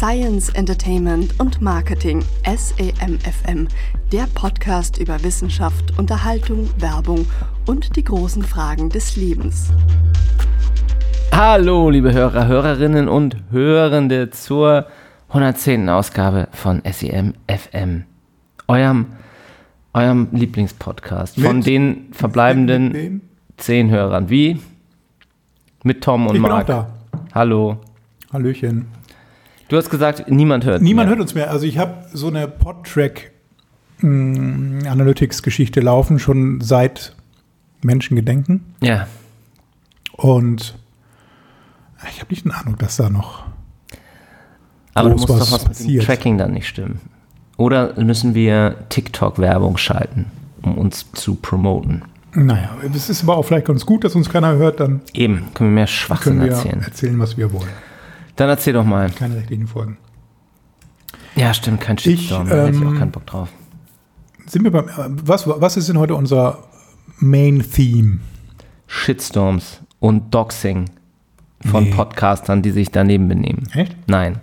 Science, Entertainment und Marketing, SEMFM, der Podcast über Wissenschaft, Unterhaltung, Werbung und die großen Fragen des Lebens. Hallo, liebe Hörer, Hörerinnen und Hörende zur 110. Ausgabe von SEMFM, eurem Lieblingspodcast von den verbleibenden 10 Hörern. Wie? Mit Tom und Marc. Ich bin auch da. Hallo. Hallöchen. Du hast gesagt, niemand hört uns mehr. Also ich habe so eine Podtrack-Analytics-Geschichte laufen, schon seit Menschengedenken. Ja. Und ich habe nicht den Eindruck, dass da noch Aber du musst was doch was mit passiert. dem Tracking dann nicht stimmen. Oder müssen wir TikTok-Werbung schalten, um uns zu promoten? Naja, es ist aber auch vielleicht ganz gut, dass uns keiner hört. Dann Eben, können wir mehr Schwachsinn können wir erzählen. was wir wollen. Dann erzähl doch mal. Keine rechtlichen Folgen. Ja, stimmt, kein Shitstorm, da hätte ich auch keinen Bock drauf. Sind wir beim, was ist denn heute unser Main-Theme? Shitstorms und Doxing von Podcastern, die sich daneben benehmen. Echt? Nein.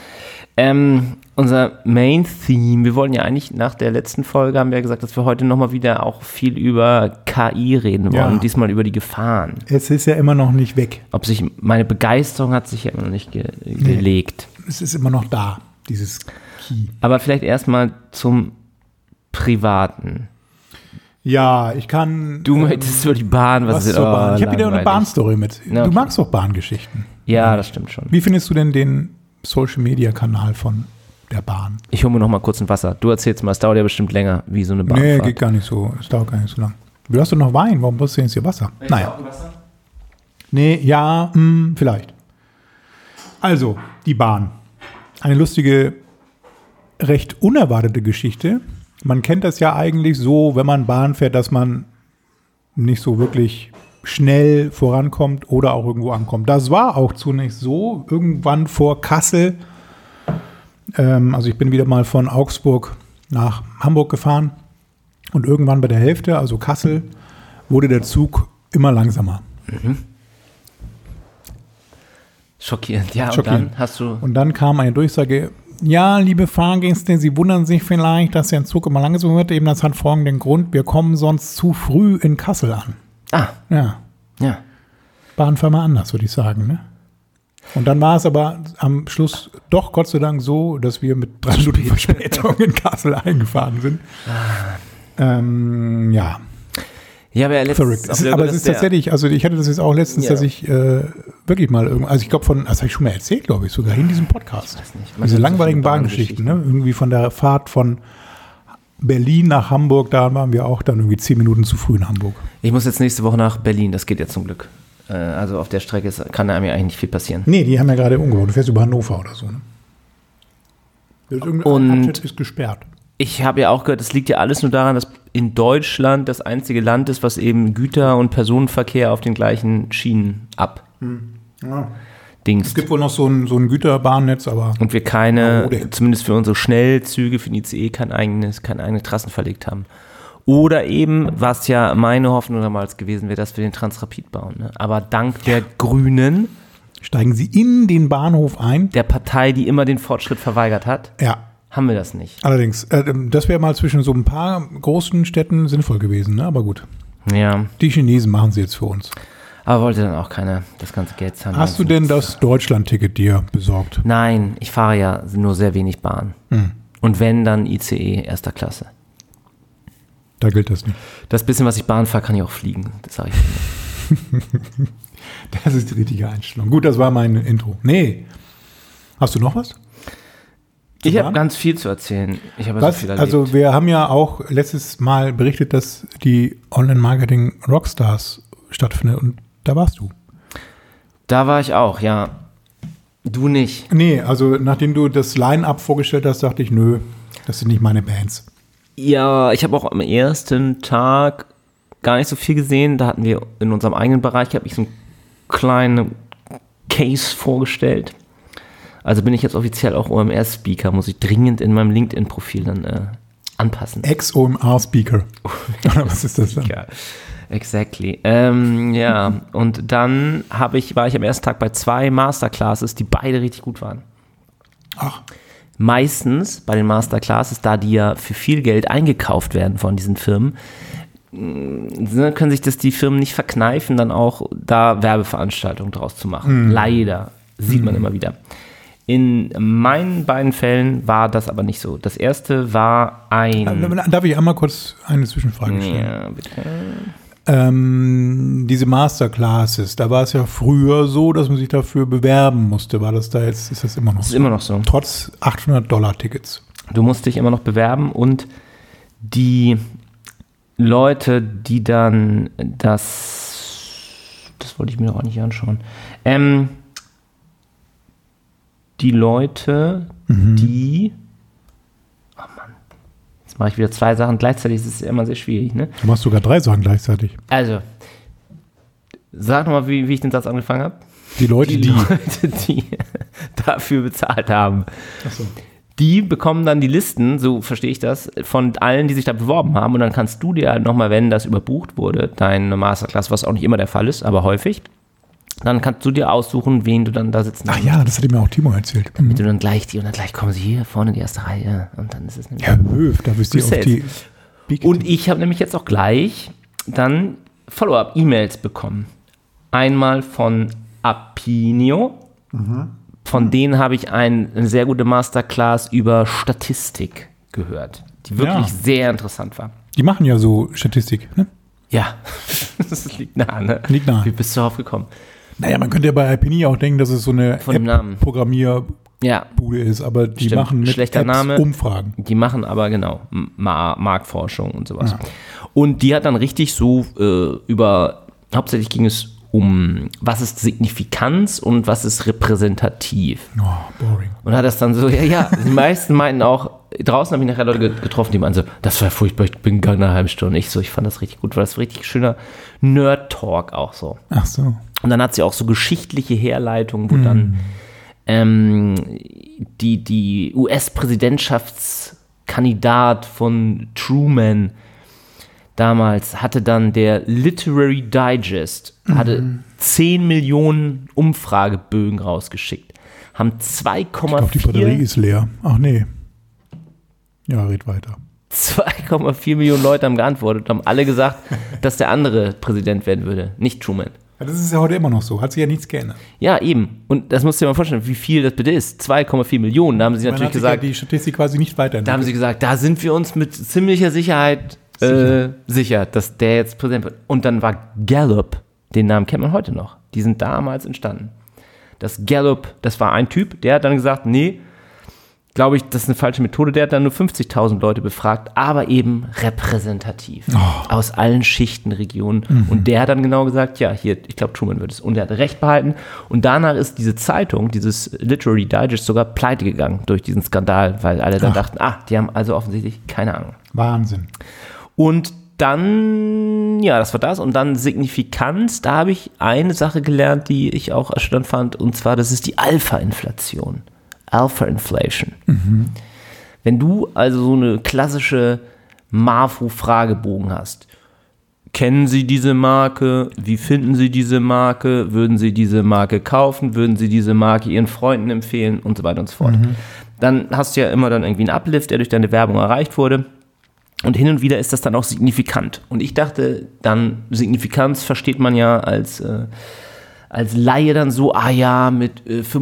Unser Main-Theme, wir wollen ja eigentlich nach der letzten Folge, haben wir ja gesagt, dass wir heute nochmal wieder auch viel über KI reden wollen, Ja. Diesmal über die Gefahren. Es ist ja immer noch nicht weg. Meine Begeisterung hat sich ja immer noch nicht gelegt. Es ist immer noch da, dieses Key. Aber vielleicht erstmal zum Privaten. Ja, ich kann... Du möchtest über die Bahn, was ist zur Bahn? Ich habe wieder eine langweilig. Bahnstory mit. Na, Du okay. magst doch Bahngeschichten. Ja, das stimmt schon. Wie findest du denn den Social-Media-Kanal von der Bahn? Ich hole mir noch mal kurz ein Wasser. Du erzählst mal, es dauert ja bestimmt länger, wie so eine Bahnfahrt. Nee, geht gar nicht so. Es dauert gar nicht so lang. Du hast doch noch Wein. Warum brauchst du jetzt hier Wasser? Naja. Nee, ja, vielleicht. Also, die Bahn. Eine lustige, recht unerwartete Geschichte. Man kennt das ja eigentlich so, wenn man Bahn fährt, dass man nicht so wirklich schnell vorankommt oder auch irgendwo ankommt. Das war auch zunächst so. Irgendwann vor Kassel, also ich bin wieder mal von Augsburg nach Hamburg gefahren und irgendwann bei der Hälfte, also Kassel, wurde der Zug immer langsamer. Schockierend, ja. Schockierend. Und dann hast du... Und dann kam eine Durchsage: Ja, liebe Fahrgäste, Sie wundern sich vielleicht, dass der Zug immer langsamer wird. Eben das hat folgenden Grund: Wir kommen sonst zu früh in Kassel an. Ja, Ja. Bahnfahrer anders, würde ich sagen. Ne? Und dann war es aber am Schluss doch Gott sei Dank so, dass wir mit 3 Stunden Verspätung in Kassel eingefahren sind. Ja, Ja, aber verrückt. Aber es ist tatsächlich, also ich hatte das jetzt auch letztens, Ja. dass ich wirklich mal also ich glaube das habe ich schon mal erzählt, glaube ich, sogar in diesem Podcast. Diese langweiligen Bahngeschichten, ne? Irgendwie von der Fahrt von Berlin nach Hamburg, da waren wir auch dann irgendwie 10 Minuten zu früh in Hamburg. Ich muss jetzt nächste Woche nach Berlin, das geht ja zum Glück. Also auf der Strecke kann einem ja eigentlich nicht viel passieren. Nee, die haben ja gerade umgebaut. Du fährst über Hannover oder so, ne? Irgendein Abschnitt ist gesperrt. Ich habe ja auch gehört, es liegt ja alles nur daran, dass in Deutschland das einzige Land ist, was eben Güter- und Personenverkehr auf den gleichen Schienen Ja. dingst. Es gibt wohl noch so ein Güterbahnnetz, aber Und wir keine, oder- zumindest für unsere Schnellzüge, für den ICE, keine eigene Trassen verlegt haben. Oder eben, was ja meine Hoffnung damals gewesen wäre, dass wir den Transrapid bauen. Ne? Aber dank der Grünen, steigen sie in den Bahnhof ein. der Partei, die immer den Fortschritt verweigert hat, Ja, haben wir das nicht. allerdings. Das wäre mal zwischen so ein paar großen Städten sinnvoll gewesen, ne? Aber gut. Ja, Die Chinesen machen sie jetzt für uns. aber wollte dann auch keiner das ganze Geld zahlen. Hast du denn das Deutschland-Ticket dir besorgt? Nein, ich fahre ja nur sehr wenig Bahn. Und wenn, dann ICE erster Klasse. Da gilt das nicht. Das bisschen, was ich Bahn fahre, kann ich auch fliegen. Das sage ich immer. Das ist die richtige Einstellung. Gut, das war mein Intro. Nee. Hast du noch was? Ich habe Bahn? ganz viel zu erzählen. Ich habe so Was? viel erlebt. Also wir haben ja auch letztes Mal berichtet, dass die Online-Marketing Rockstars stattfindet und da warst du. Da war ich auch, ja. Du nicht. Nee, also nachdem du das Line-Up vorgestellt hast, dachte ich, nö, das sind nicht meine Bands. Ja, ich habe auch am ersten Tag gar nicht so viel gesehen. Da hatten wir in unserem eigenen Bereich, habe ich so einen kleinen Case vorgestellt. Also bin ich jetzt offiziell auch OMR-Speaker, muss ich dringend in meinem LinkedIn-Profil dann anpassen. Ex-OMR-Speaker. Oder was ist das dann? Ja, exactly. Ja, und dann war ich am ersten Tag bei 2 Masterclasses, die beide richtig gut waren. Ach. Meistens bei den Masterclasses, da die ja für viel Geld eingekauft werden von diesen Firmen, können sich das die Firmen nicht verkneifen, dann auch da Werbeveranstaltungen draus zu machen. Leider. Sieht man immer wieder. In meinen beiden Fällen war das aber nicht so. Das erste war ein... Darf ich einmal kurz eine Zwischenfrage stellen? Ja, bitte. Diese Masterclasses, da war es ja früher so, dass man sich dafür bewerben musste. War das da jetzt, ist das immer noch so? Das ist immer noch so. Trotz $800-Tickets. Du musst dich immer noch bewerben und die Leute, die dann das wollte ich mir doch auch nicht anschauen. Die Leute, die... Oh Mann. Jetzt mache ich wieder 2 Sachen gleichzeitig. Das ist immer sehr schwierig, ne? Du machst sogar 3 Sachen gleichzeitig. Also, sag nochmal, wie ich den Satz angefangen habe. Die Leute, die dafür bezahlt haben. Ach so. Die bekommen dann die Listen, so verstehe ich das, von allen, die sich da beworben haben. Und dann kannst du dir halt nochmal, wenn das überbucht wurde, deine Masterclass, was auch nicht immer der Fall ist, aber häufig, dann kannst du dir aussuchen, wen du dann da sitzen hast. Ach ja, das hat mir auch Timo erzählt. Damit du dann gleich kommen sie hier vorne in die erste Reihe und dann ist es nämlich... Ja, Höf, da bist du auf die... Und ich habe nämlich jetzt auch gleich dann Follow-up-E-Mails bekommen. Einmal von Apinio, von denen habe ich eine sehr gute Masterclass über Statistik gehört, die wirklich sehr interessant war. Die machen ja so Statistik, ne? Ja, das liegt nah, ne? Liegt nah. Wie bist du darauf gekommen? Naja, man könnte ja bei Alpini auch denken, dass es so eine Programmierbude ist, aber die machen mit schlechter Apps Name. Umfragen. Die machen aber genau Marktforschung und sowas. Ja. Und die hat dann richtig so hauptsächlich ging es um, was ist Signifikanz und was ist repräsentativ. Oh, boring. Und hat das dann so, die meisten meinten auch, draußen habe ich nachher Leute getroffen, die meinten so, das war furchtbar, ich bin gegangen eine halbe Stunde. Ich fand das richtig gut, weil das war richtig schöner Nerd-Talk auch so. Ach so. Und dann hat sie auch so geschichtliche Herleitungen, wo dann die US-Präsidentschaftskandidat von Truman damals hatte dann der Literary Digest, hatte 10 Millionen Umfragebögen rausgeschickt, haben 2,4... Ich glaube, die Batterie ist leer. Ach nee. Ja, red weiter. 2,4 Millionen Leute haben geantwortet und haben alle gesagt, dass der andere Präsident werden würde, nicht Truman. Ja, das ist ja heute immer noch so. Hat sich ja nichts geändert. Ja, eben. Und das musst du dir mal vorstellen, wie viel das bitte ist. 2,4 Millionen. Da haben sie natürlich gesagt... Ja die Statistik quasi nicht weiterentwickelt. Da haben sie gesagt, da sind wir uns mit ziemlicher Sicherheit sicher, dass der jetzt Präsident wird. Und dann war Gallup, den Namen kennt man heute noch. Die sind damals entstanden. Das Gallup, das war ein Typ, der hat dann gesagt, nee, glaube ich, das ist eine falsche Methode. Der hat dann nur 50.000 Leute befragt, aber eben repräsentativ. Aus allen Schichten, Regionen. Und der hat dann genau gesagt, ja, hier, ich glaube, Truman wird es. Und der hat recht behalten. Und danach ist diese Zeitung, dieses Literary Digest, sogar pleite gegangen durch diesen Skandal, weil alle dann dachten, die haben also offensichtlich keine Ahnung. Wahnsinn. Und dann, das war das. Und dann Signifikanz, da habe ich eine Sache gelernt, die ich auch erschütternd fand. Und zwar, das ist die Alpha-Inflation. Alpha-Inflation. Wenn du also so eine klassische Marfo-Fragebogen hast, kennen Sie diese Marke? Wie finden Sie diese Marke? Würden Sie diese Marke kaufen? Würden Sie diese Marke Ihren Freunden empfehlen? Und so weiter und so fort. Dann hast du ja immer dann irgendwie einen Uplift, der durch deine Werbung erreicht wurde. Und hin und wieder ist das dann auch signifikant. Und ich dachte dann, Signifikanz versteht man ja als Laie dann so, mit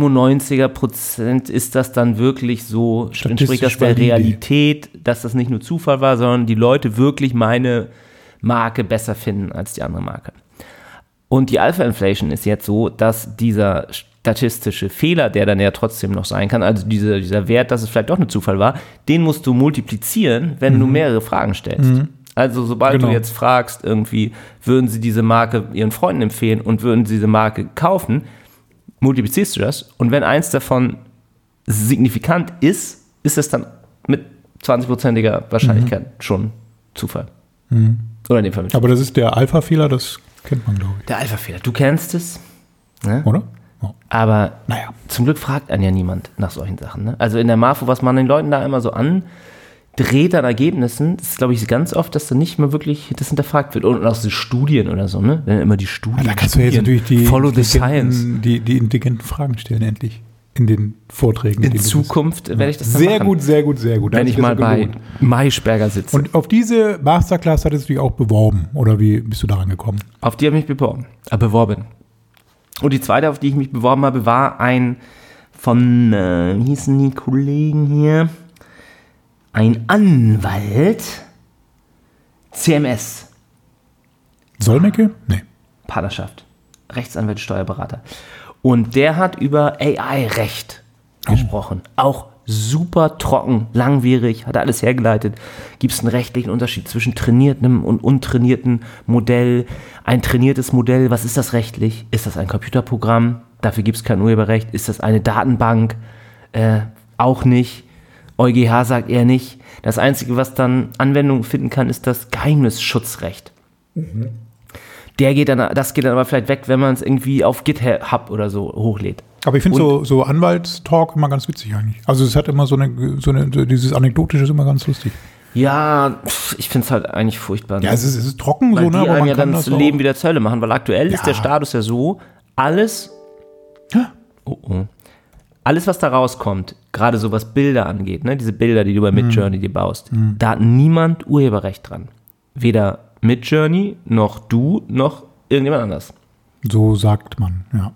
95% ist das dann wirklich so, entspricht das der Realität, dass das nicht nur Zufall war, sondern die Leute wirklich meine Marke besser finden als die andere Marke. Und die Alpha-Inflation ist jetzt so, dass dieser statistische Fehler, der dann ja trotzdem noch sein kann, also dieser Wert, dass es vielleicht doch ein Zufall war, den musst du multiplizieren, wenn du mehrere Fragen stellst. Also sobald du jetzt fragst, irgendwie, würden sie diese Marke ihren Freunden empfehlen und würden sie diese Marke kaufen, multiplizierst du das. Und wenn eins davon signifikant ist, ist es dann mit 20%iger Wahrscheinlichkeit schon Zufall. Oder in dem Fall mit Zufall. Aber das ist der Alpha-Fehler, das kennt man, glaube ich. Der Alpha-Fehler, du kennst es. Ne? Oder? Oh. Aber zum Glück fragt einen ja niemand nach solchen Sachen. Ne? Also in der Marfo, was man den Leuten da immer so dreht an Ergebnissen, das ist, glaube ich, ganz oft, dass da nicht mal wirklich das hinterfragt wird. Und auch so Studien oder so, ne? Wenn immer die Studien. Da kannst du jetzt natürlich Follow the Science. Die intelligenten Fragen stellen, endlich. in den Vorträgen. In Zukunft werde ich das dann sehr machen. gut, sehr gut, sehr gut. Wenn ich mal bei Maischberger sitze. Und auf diese Masterclass hattest du dich auch beworben? Oder wie bist du daran gekommen? Auf die habe ich mich beworben. Und die zweite, auf die ich mich beworben habe, war ein von, wie hießen die Kollegen hier? Ein Anwalt, CMS. Solmecke? Nee. Partnerschaft. Rechtsanwalt, Steuerberater. Und der hat über AI-Recht gesprochen. Auch super trocken, langwierig, hat er alles hergeleitet. Gibt es einen rechtlichen Unterschied zwischen trainiertem und untrainiertem Modell? Ein trainiertes Modell, was ist das rechtlich? Ist das ein Computerprogramm? Dafür gibt es kein Urheberrecht. Ist das eine Datenbank? Auch nicht. EuGH sagt eher nicht. Das Einzige, was dann Anwendung finden kann, ist das Geheimnisschutzrecht. Mhm. Das geht dann aber vielleicht weg, wenn man es irgendwie auf GitHub oder so hochlädt. Aber ich finde so Anwaltstalk immer ganz witzig eigentlich. Also es hat immer dieses Anekdotische ist immer ganz lustig. Ja, ich finde es halt eigentlich furchtbar. Ne? Ja, es ist trocken weil so, ne? Die Aber man ja kann dann das das Leben wieder zur Hölle machen, weil aktuell ist der Status ja so, alles, was da rauskommt, gerade so was Bilder angeht, ne? Diese Bilder, die du bei Midjourney dir baust, da hat niemand Urheberrecht dran. Weder Midjourney, noch du, noch irgendjemand anders. So sagt man, ja.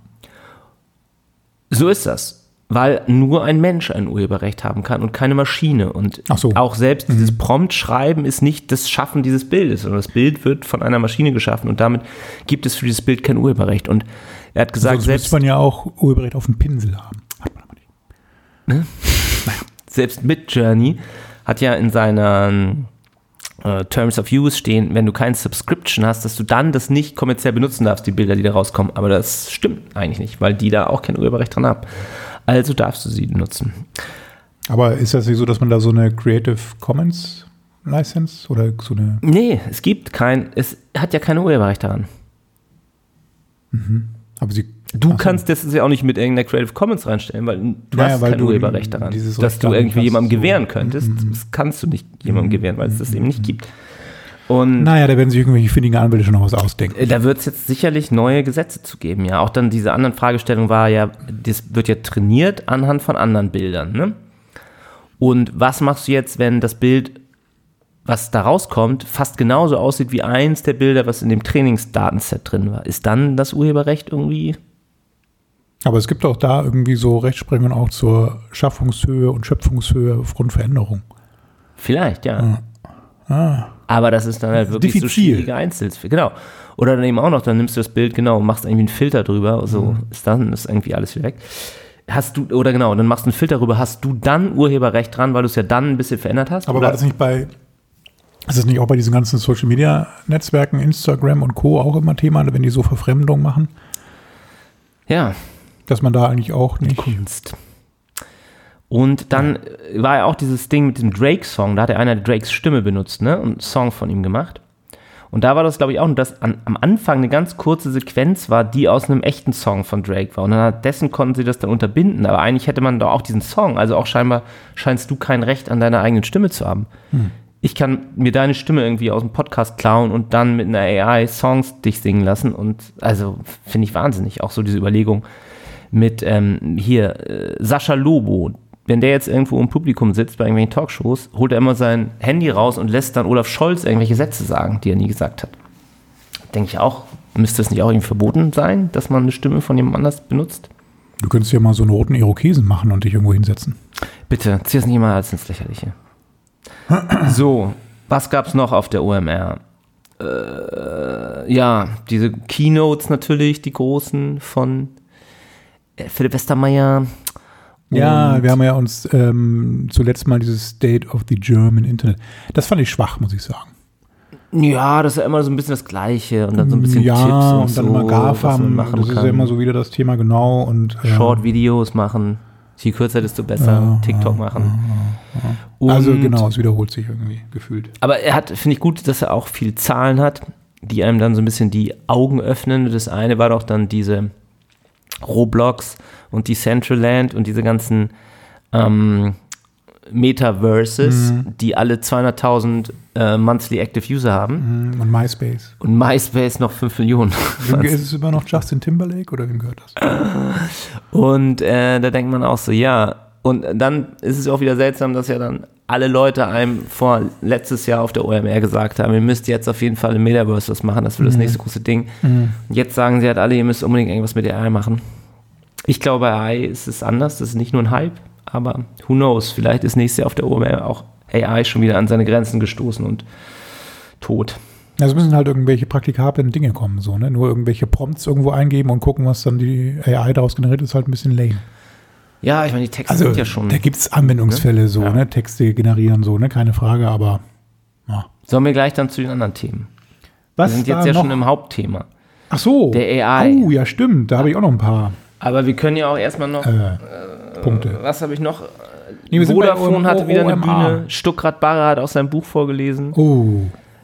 So ist das, weil nur ein Mensch ein Urheberrecht haben kann und keine Maschine. Und auch selbst dieses Prompt-Schreiben ist nicht das Schaffen dieses Bildes, sondern das Bild wird von einer Maschine geschaffen und damit gibt es für dieses Bild kein Urheberrecht. Und er hat gesagt, sonst müsste man ja auch Urheberrecht auf dem Pinsel haben. Hat man aber nicht. Ne? Naja. Selbst Midjourney hat ja in seiner Terms of Use stehen, wenn du keine Subscription hast, dass du dann das nicht kommerziell benutzen darfst, die Bilder, die da rauskommen. Aber das stimmt eigentlich nicht, weil die da auch kein Urheberrecht dran haben. Also darfst du sie nutzen. Aber ist das nicht so, dass man da so eine Creative Commons License oder so eine... Nee, es hat ja kein Urheberrecht daran. Mhm. Aber du kannst das ja auch nicht mit irgendeiner Creative Commons reinstellen, weil du hast kein Urheberrecht daran, dass du irgendwie jemandem gewähren könntest. Das kannst du nicht jemandem gewähren, weil es das eben nicht gibt. Und da werden sich irgendwelche findigen Anwälte schon noch was ausdenken. Da wird es jetzt sicherlich neue Gesetze zu geben, ja. Auch dann diese anderen Fragestellung war ja, das wird ja trainiert anhand von anderen Bildern, ne? Und was machst du jetzt, wenn das Bild, was da rauskommt, fast genauso aussieht wie eins der Bilder, was in dem Trainingsdatenset drin war? Ist dann das Urheberrecht irgendwie? Aber es gibt auch da irgendwie so Rechtsprechungen auch zur Schaffungshöhe und Schöpfungshöhe aufgrund Veränderung. Vielleicht, ja. Aber das ist dann halt wirklich diffizil. So schwierige Einzelfälle. Genau. Oder dann eben auch noch, dann nimmst du das Bild, und machst irgendwie einen Filter drüber, so ist irgendwie alles wieder weg. Dann machst du einen Filter drüber, hast du dann Urheberrecht dran, weil du es ja dann ein bisschen verändert hast? Aber war das nicht ist das nicht auch bei diesen ganzen Social-Media-Netzwerken, Instagram und Co. auch immer Thema, wenn die so Verfremdung machen? Ja. Dass man da eigentlich auch nicht... Kunst. Und dann war ja auch dieses Ding mit dem Drake-Song, da hat einer Drakes Stimme benutzt, ne, und einen Song von ihm gemacht. Und da war das, glaube ich, auch nur, dass am Anfang eine ganz kurze Sequenz war, die aus einem echten Song von Drake war. Und dann dessen konnten sie das dann unterbinden. Aber eigentlich hätte man doch auch diesen Song, also auch scheinbar scheinst du kein Recht an deiner eigenen Stimme zu haben. Ich kann mir deine Stimme irgendwie aus dem Podcast klauen und dann mit einer AI Songs dich singen lassen. Und also finde ich wahnsinnig. Auch so diese Überlegung mit Sascha Lobo. Wenn der jetzt irgendwo im Publikum sitzt bei irgendwelchen Talkshows, holt er immer sein Handy raus und lässt dann Olaf Scholz irgendwelche Sätze sagen, die er nie gesagt hat. Denke ich auch, müsste es nicht auch irgendwie verboten sein, dass man eine Stimme von jemand anders benutzt? Du könntest ja mal so einen roten Irokesen machen und dich irgendwo hinsetzen. Bitte, zieh es nicht mal als ins Lächerliche. So, was gab es noch auf der OMR? Diese Keynotes natürlich, die großen von Philipp Westermeier. Ja, wir haben ja uns zuletzt mal dieses State of the German Internet. Das fand ich schwach, muss ich sagen. Ja, das ist ja immer so ein bisschen das Gleiche und dann so ein bisschen Tipps und dann so, mal GAFAM, was man machen das ist kann. ja immer so wieder das Thema genau. Und Short-Videos machen, je kürzer, desto besser, TikTok machen. Also genau, es wiederholt sich irgendwie gefühlt. Aber finde ich gut, dass er auch viele Zahlen hat, die einem dann so ein bisschen die Augen öffnen. Das eine war doch dann diese Roblox und die Decentraland und diese ganzen Metaverses, die alle 200.000 Monthly Active User haben. Und MySpace. Und MySpace noch 5 Millionen. Ist es immer noch Justin Timberlake oder wem gehört das? Und da denkt man auch so, ja. Und dann ist es auch wieder seltsam, dass ja dann alle Leute einem letztes Jahr auf der OMR gesagt haben, ihr müsst jetzt auf jeden Fall im Metaverse was machen, das wird das nächste große Ding. Jetzt sagen sie halt alle, ihr müsst unbedingt irgendwas mit AI machen. Ich glaube, bei AI ist es anders, das ist nicht nur ein Hype, aber who knows, vielleicht ist nächstes Jahr auf der OMR auch AI schon wieder an seine Grenzen gestoßen und tot. Ja, es müssen halt irgendwelche praktikablen Dinge kommen, so, ne? Nur irgendwelche Prompts irgendwo eingeben und gucken, was dann die AI daraus generiert, ist halt ein bisschen lame. Ja, ich meine, die Texte sind ja schon... Da gibt es Anwendungsfälle, so, ne? Texte generieren, so, ne? Keine Frage, aber... Ja. Sollen wir gleich dann zu den anderen Themen? Was wir sind jetzt ja schon im Hauptthema. Ach so. Der AI. Oh, ja, stimmt. Da habe ich auch noch ein paar Aber wir können ja auch erstmal noch... Punkte. Was habe ich noch? Nee, Vodafone hatte wieder eine OMA. Bühne. Stuckrad Barre hat aus seinem Buch vorgelesen. Oh.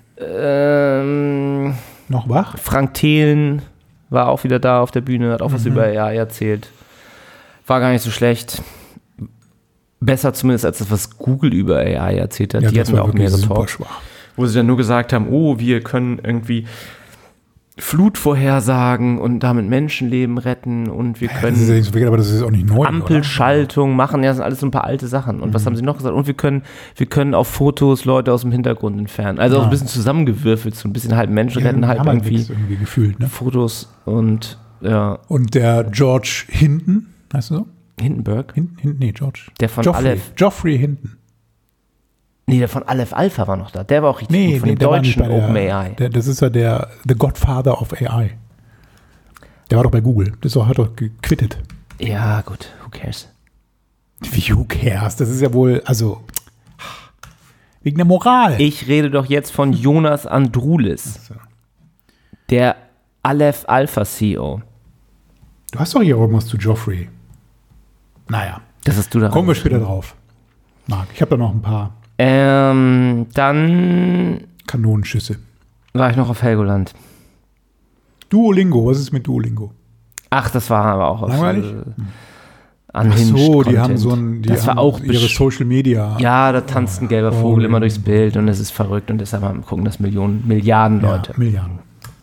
Noch wach? Frank Thelen war auch wieder da auf der Bühne, hat auch was über AI erzählt. War gar nicht so schlecht. Besser zumindest als das, was Google über AI erzählt hat. Ja, die hatten wir auch mehrere super Talks, schwach. wo sie dann nur gesagt haben, oh, wir können irgendwie Flut vorhersagen und damit Menschenleben retten und wir können Das ist ja nicht so viel, aber das ist auch nicht neu. Ampelschaltung machen. Ja, das sind alles so ein paar alte Sachen. Und was haben sie noch gesagt? Und wir können auf Fotos Leute aus dem Hintergrund entfernen. Also auch ein bisschen zusammengewürfelt, so ein bisschen halb Menschen retten, halb irgendwie gefühlt, ne? Fotos und ja. Und der George Hinton, heißt er so? Hindenburg? Nee, George. Der von Geoffrey. Aleph. Geoffrey Hinton. Nee, der von Aleph Alpha war noch da. Der war auch richtig gut, von dem der war nicht deutschen bei OpenAI. Das ist ja der The Godfather of AI. Der war doch bei Google. Hat doch gequittet. Ja, gut. Who cares? Wie who cares? Das ist ja wohl, also wegen der Moral. Ich rede doch jetzt von Jonas Androulis. Der Aleph Alpha CEO. Du hast doch hier irgendwas zu Geoffrey. Naja. Das hast du da. Kommen wir später drauf. Marc, ich habe da noch ein paar Dann Kanonenschüsse. war ich noch auf Helgoland. Duolingo, was ist mit Duolingo? Ach, das war aber auch Langweilig? Ach so, die haben das war auch ihre Social Media. Ja, da tanzt ein gelber Vogel immer durchs Bild und es ist verrückt und deshalb gucken das Milliarden Leute. Ja, Milliarden.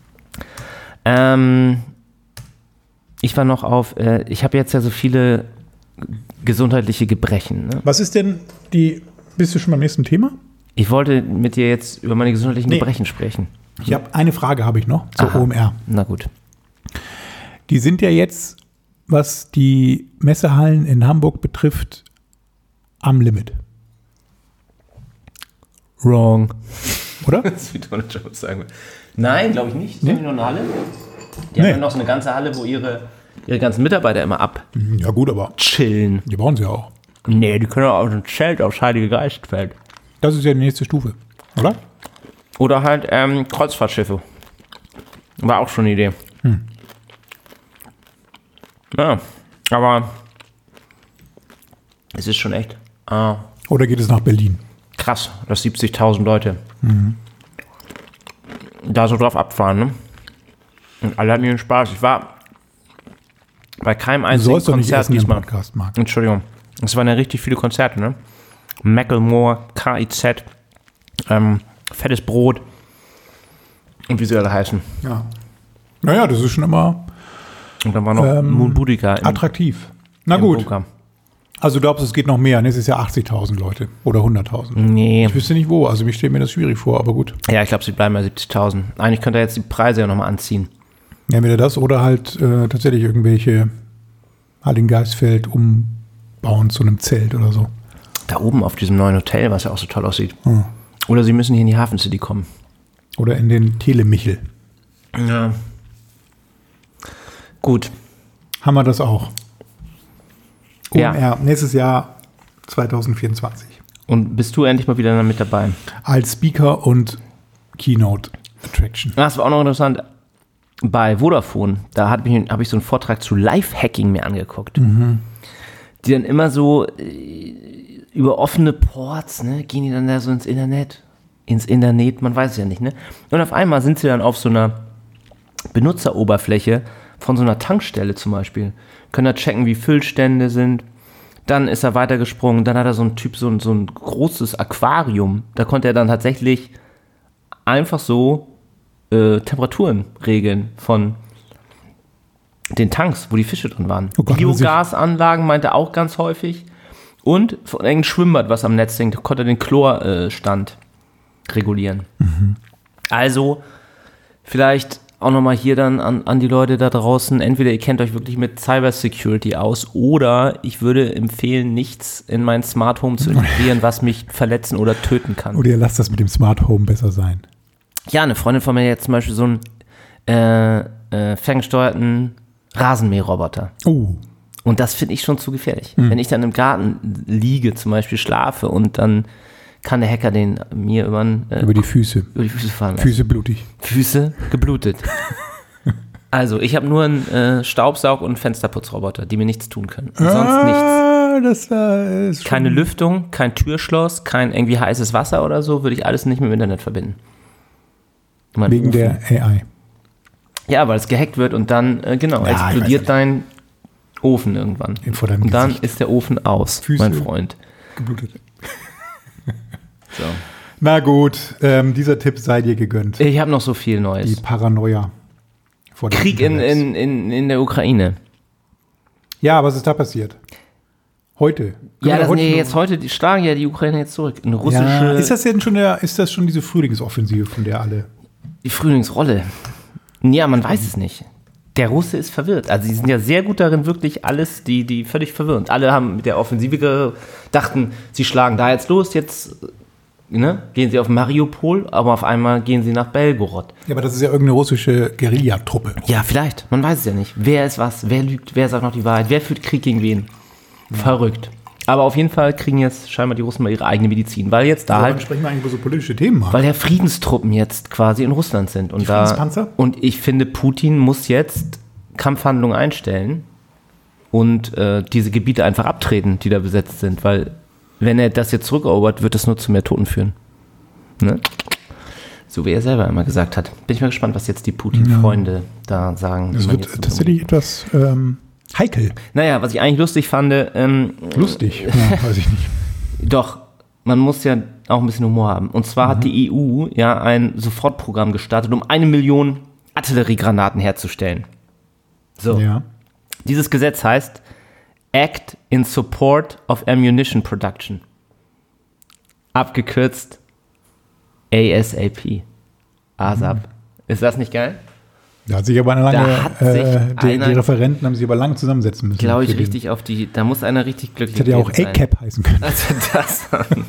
Ich war noch ich habe jetzt ja so viele gesundheitliche Gebrechen. Ne? Was ist denn bist du schon beim nächsten Thema? Ich wollte mit dir jetzt über meine gesundheitlichen Gebrechen sprechen. Eine Frage habe ich noch zur OMR. Na gut. Die sind ja jetzt, was die Messehallen in Hamburg betrifft, am Limit. Wrong. Oder? Das ist wie Donald Trump sagen. Nein, glaube ich nicht. Sind die noch eine Halle? Die haben ja noch so eine ganze Halle, wo ihre ganzen Mitarbeiter immer Ja gut, aber chillen. Die brauchen sie ja auch. Nee, die können auch ein Zelt aufs Heilige Geistfeld. Das ist ja die nächste Stufe, oder? Oder halt Kreuzfahrtschiffe. War auch schon eine Idee. Ja, aber es ist schon echt Oder geht es nach Berlin? krass, dass 70.000 Leute da so drauf abfahren. Ne? Und alle hatten ihren Spaß. Ich war bei keinem einzigen Konzert diesmal. Podcast, Marc. Entschuldigung. Es waren ja richtig viele Konzerte, ne? Macklemore, KIZ, Fettes Brot und wie sie alle heißen. Ja. Naja, das ist schon immer Und dann war noch Moon Boudica attraktiv. Na gut. Bunker. Also du glaubst, es geht noch mehr. Nächstes Jahr 80.000 Leute oder 100.000. Nee. Ich wüsste nicht wo. Also mich steht mir das schwierig vor, aber gut. Ja, ich glaube, sie bleiben bei 70.000. Eigentlich könnte er jetzt die Preise ja nochmal anziehen. Ja, entweder das oder halt tatsächlich irgendwelche Heiligengeistfeld umbauen zu einem Zelt oder so. Da oben auf diesem neuen Hotel, was ja auch so toll aussieht. Oder sie müssen hier in die Hafen City kommen. Oder in den Telemichel. Ja. Gut. Haben wir das auch. Ja. OMR, nächstes Jahr 2024. Und bist du endlich mal wieder mit dabei? Als Speaker und Keynote Attraction. Das war auch noch interessant. Bei Vodafone, da habe ich so einen Vortrag zu Lifehacking mir angeguckt. Die dann immer so über offene Ports, ne, gehen die dann da so ins Internet, man weiß es ja nicht, ne? Und auf einmal sind sie dann auf so einer Benutzeroberfläche von so einer Tankstelle zum Beispiel. Können da checken, wie Füllstände sind, Dann ist er weitergesprungen, dann hat er so ein großes Aquarium. Da konnte er dann tatsächlich einfach so Temperaturen regeln von den Tanks, wo die Fische drin waren. Oh Gott, Biogasanlagen meinte er auch ganz häufig. Und von irgendeinem Schwimmbad, was am Netz hängt, konnte er den Chlorstand regulieren. Also vielleicht auch nochmal hier dann an die Leute da draußen, entweder ihr kennt euch wirklich mit Cybersecurity aus oder ich würde empfehlen, nichts in mein Smart Home zu integrieren, was mich verletzen oder töten kann. Oder ihr lasst das mit dem Smart Home besser sein. Ja, eine Freundin von mir hat jetzt zum Beispiel so einen ferngesteuerten Rasenmäherroboter. Oh. Und das finde ich schon zu gefährlich. Wenn ich dann im Garten liege, zum Beispiel schlafe und dann kann der Hacker den mir über die Füße fahren lassen. Füße blutig. Füße geblutet. Also, ich habe nur einen Staubsaug- und Fensterputzroboter, die mir nichts tun können. Und sonst nichts. Keine Lüftung, kein Türschloss, kein irgendwie heißes Wasser oder so, würde ich alles nicht mit dem Internet verbinden. Wegen der AI. Ja, weil es gehackt wird und dann, explodiert dein Ofen irgendwann. Und dann ist der Ofen aus, Füße mein Freund. Geblutet. So. Na gut, dieser Tipp sei dir gegönnt. Ich habe noch so viel Neues. Die Paranoia. Vor dem Krieg in der Ukraine. Ja, was ist da passiert? Heute. Die schlagen ja die Ukraine jetzt zurück. Eine russische. Ja, ist das schon diese Frühlingsoffensive, von der alle? Die Frühlingsrolle. Ja, man weiß es nicht. Der Russe ist verwirrt. Also sie sind ja sehr gut darin, wirklich alles, die völlig verwirrend. Alle haben mit der Offensive dachten, sie schlagen da jetzt los, jetzt gehen sie auf Mariupol, aber auf einmal gehen sie nach Belgorod. Ja, aber das ist ja irgendeine russische Guerillatruppe. Ja, vielleicht. Man weiß es ja nicht. Wer ist was? Wer lügt? Wer sagt noch die Wahrheit? Wer führt Krieg gegen wen? Ja. Verrückt. Aber auf jeden Fall kriegen jetzt scheinbar die Russen mal ihre eigene Medizin, weil jetzt da halt... sprechen wir eigentlich über so politische Themen mal. Weil ja Friedenstruppen jetzt quasi in Russland sind. Und Friedenspanzer? Und ich finde, Putin muss jetzt Kampfhandlungen einstellen und diese Gebiete einfach abtreten, die da besetzt sind, weil wenn er das jetzt zurückerobert, wird das nur zu mehr Toten führen. Ne? So wie er selber immer gesagt hat. Bin ich mal gespannt, was jetzt die Putin-Freunde da sagen. Das wird tatsächlich etwas heikel. Naja, was ich eigentlich lustig fand. Lustig? Ja, weiß ich nicht. Doch, man muss ja auch ein bisschen Humor haben. Und zwar hat die EU ja ein Sofortprogramm gestartet, um 1 Million Artilleriegranaten herzustellen. So. Ja. Dieses Gesetz heißt Act in Support of Ammunition Production. Abgekürzt ASAP. ASAP. Ist das nicht geil? Da hat sich aber die Referenten haben sich aber lange zusammensetzen müssen. Glaube ich richtig da muss einer richtig glücklich sein. Das hätte ja auch ACAP heißen können. Also das.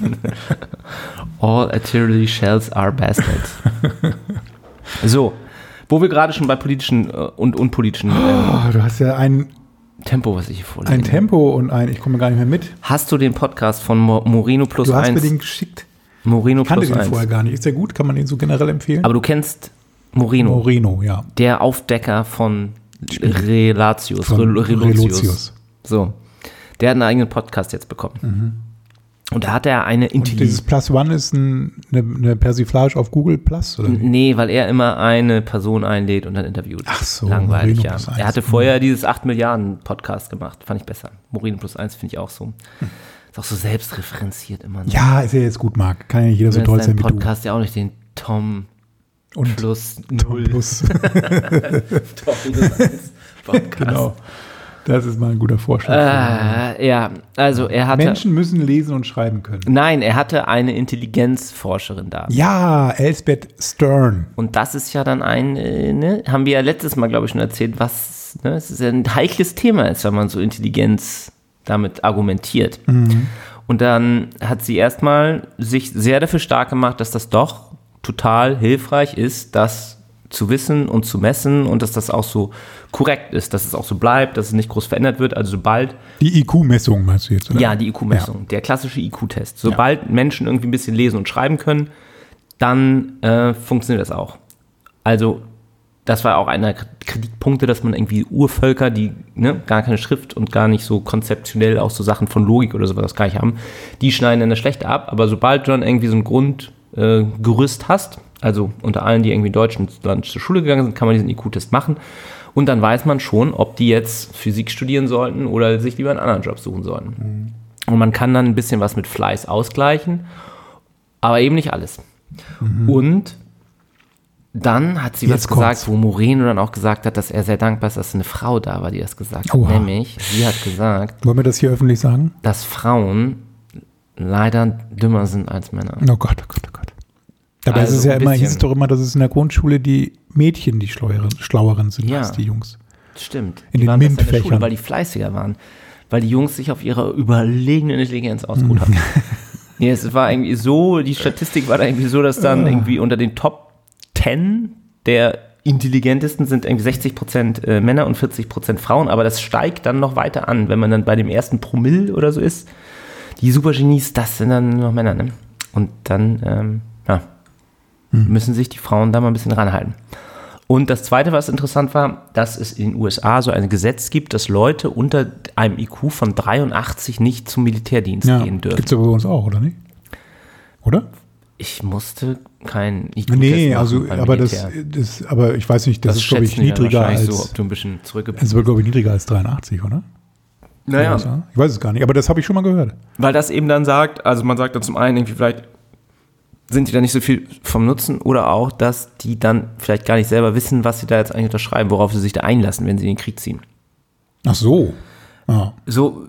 All artillery shells are bastards. So, wo wir gerade schon bei politischen und unpolitischen... du hast ja ein Tempo, was ich hier vorlese. Ein Tempo und ich komme gar nicht mehr mit. Hast du den Podcast von Moreno Plus 1? Du hast mir den geschickt. Moreno Plus 1. Ich kannte den vorher gar nicht. Ist der gut? Kann man den so generell empfehlen? Aber du kennst Moreno. Moreno, ja. Der Aufdecker von Relatius. So. Der hat einen eigenen Podcast jetzt bekommen. Und da hat er eine Intelligenz. Dieses Plus One ist eine Persiflage auf Google Plus? Oder? Nee, weil er immer eine Person einlädt und dann interviewt. Ach so. Langweilig, ja. Er hatte vorher dieses 8 Milliarden Podcast gemacht. Fand ich besser. Moreno Plus 1 finde ich auch so. Ist auch so selbstreferenziert immer. Ne? Ja, ist ja jetzt gut, Marc. Kann ja nicht jeder so toll sein wie du. Podcast ja auch nicht den Tom und plus 0. Plus. Tom plus 1 Podcast. Genau. Das ist mal ein guter Vorschlag. Ja, also er hatte... Menschen müssen lesen und schreiben können. Nein, er hatte eine Intelligenzforscherin da. Ja, Elsbeth Stern. Und das ist ja dann haben wir ja letztes Mal, glaube ich, schon erzählt, was es ist ein heikles Thema ist, wenn man so Intelligenz damit argumentiert. Und dann hat sie erstmal sich sehr dafür stark gemacht, dass das doch total hilfreich ist, das zu wissen und zu messen und dass das auch so korrekt ist, dass es auch so bleibt, dass es nicht groß verändert wird. Also sobald... Die IQ-Messung meinst du jetzt, oder? Ja, die IQ-Messung, der klassische IQ-Test. Sobald Menschen irgendwie ein bisschen lesen und schreiben können, dann funktioniert das auch. Also das war auch einer der Kritikpunkte, dass man irgendwie Urvölker, die gar keine Schrift und gar nicht so konzeptionell auch so Sachen von Logik oder sowas gar nicht haben, die schneiden dann das Schlechte ab. Aber sobald du dann irgendwie so ein Grundgerüst hast, also unter allen, die irgendwie in Deutschland zur Schule gegangen sind, kann man diesen IQ-Test machen. Und dann weiß man schon, ob die jetzt Physik studieren sollten oder sich lieber einen anderen Job suchen sollten. Und man kann dann ein bisschen was mit Fleiß ausgleichen, aber eben nicht alles. Und dann hat sie was gesagt, wo Moreno dann auch gesagt hat, dass er sehr dankbar ist, dass eine Frau da war, die das gesagt hat. Nämlich, sie hat gesagt, wollen wir das hier öffentlich sagen? Dass Frauen leider dümmer sind als Männer. Oh Gott, oh Gott, oh Gott. Dabei ist es ja immer, hieß es doch immer, dass es in der Grundschule die Mädchen die Schlaueren sind als die Jungs. Stimmt. In den MINT-Fächern. Weil die fleißiger waren. Weil die Jungs sich auf ihre überlegene Intelligenz ausgeruht haben. Nee, es war irgendwie so, die Statistik war da irgendwie so, dass dann irgendwie unter den Top 10 der intelligentesten sind irgendwie 60% Männer und 40% Frauen, aber das steigt dann noch weiter an, wenn man dann bei dem ersten Promille oder so ist. Die Supergenies, das sind dann nur noch Männer, ne? Und dann, müssen sich die Frauen da mal ein bisschen ranhalten. Und das Zweite, was interessant war, dass es in den USA so ein Gesetz gibt, dass Leute unter einem IQ von 83 nicht zum Militärdienst gehen dürfen. Gibt es aber bei uns auch, oder nicht? Oder? Ich musste kein IQ-Test nee, machen beim aber Militär. aber ich weiß nicht, das ist, glaube ich, niedriger als. So, ob du ein bisschen es wird, glaube ich, niedriger als 83, oder? Naja. Ich weiß es gar nicht, aber das habe ich schon mal gehört. Weil das eben dann sagt, also man sagt dann zum einen irgendwie vielleicht sind die da nicht so viel vom Nutzen oder auch, dass die dann vielleicht gar nicht selber wissen, was sie da jetzt eigentlich unterschreiben, worauf sie sich da einlassen, wenn sie in den Krieg ziehen. Ach so. Ja. So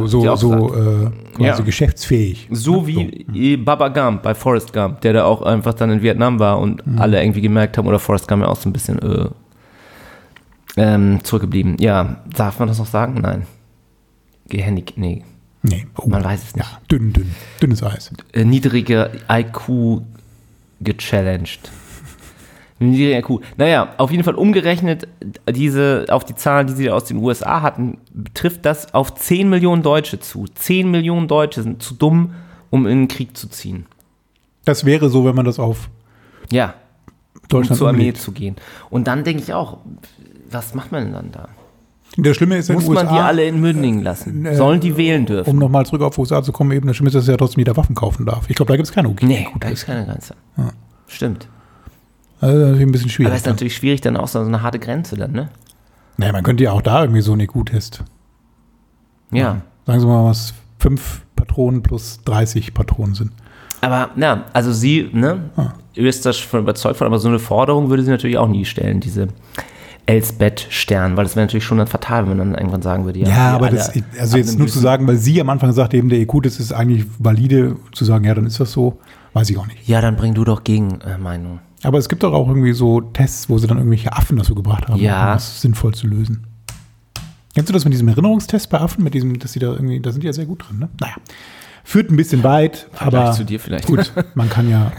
quasi geschäftsfähig. So wie Baba Gump bei Forrest Gump, der da auch einfach dann in Vietnam war und alle irgendwie gemerkt haben, oder Forrest Gump ja auch so ein bisschen zurückgeblieben. Ja, darf man das noch sagen? Nein. Nee. Nee, man weiß es nicht. Ja, dünnes Eis. Niedrige IQ gechallenged. Niedrige IQ. Naja, auf jeden Fall umgerechnet auf die Zahlen, die sie aus den USA hatten, trifft das auf 10 Millionen Deutsche zu. 10 Millionen Deutsche sind zu dumm, um in den Krieg zu ziehen. Das wäre so, wenn man das auf Deutschland zur Armee zu gehen. Und dann denke ich auch, was macht man denn dann da? Das Schlimme ist, muss man die alle in Münningen lassen? Sollen die wählen dürfen? Um nochmal zurück auf USA zu kommen, eben das Schlimme ist, dass er trotzdem jeder Waffen kaufen darf. Ich glaube, da gibt es keine da gibt es keine Grenze. Ja. Stimmt. Also das ist ein bisschen schwierig. Aber es ist natürlich schwierig, dann auch so eine harte Grenze dann, ne? Naja, man könnte ja auch da irgendwie so einen IQ-Test. Ja. Sagen Sie mal, was 5 Patronen plus 30 Patronen sind. Aber, also sie, ist da schon überzeugt von, aber so eine Forderung würde sie natürlich auch nie stellen, diese Elsbeth-Stern, weil das wäre natürlich schon dann fatal, wenn man dann irgendwann sagen würde, aber das, also jetzt nur zu sagen, weil sie am Anfang sagt, eben der IQ, das ist eigentlich valide, zu sagen, ja, dann ist das so, weiß ich auch nicht. Ja, dann bring du doch Gegenmeinung. Aber es gibt doch auch irgendwie so Tests, wo sie dann irgendwelche Affen dazu gebracht haben, um das sinnvoll zu lösen. Kennst du das mit diesem Erinnerungstest bei Affen, mit diesem, dass sie da irgendwie, da sind die ja sehr gut drin, ne? Naja, führt ein bisschen weit, aber zu dir vielleicht. Gut, man kann ja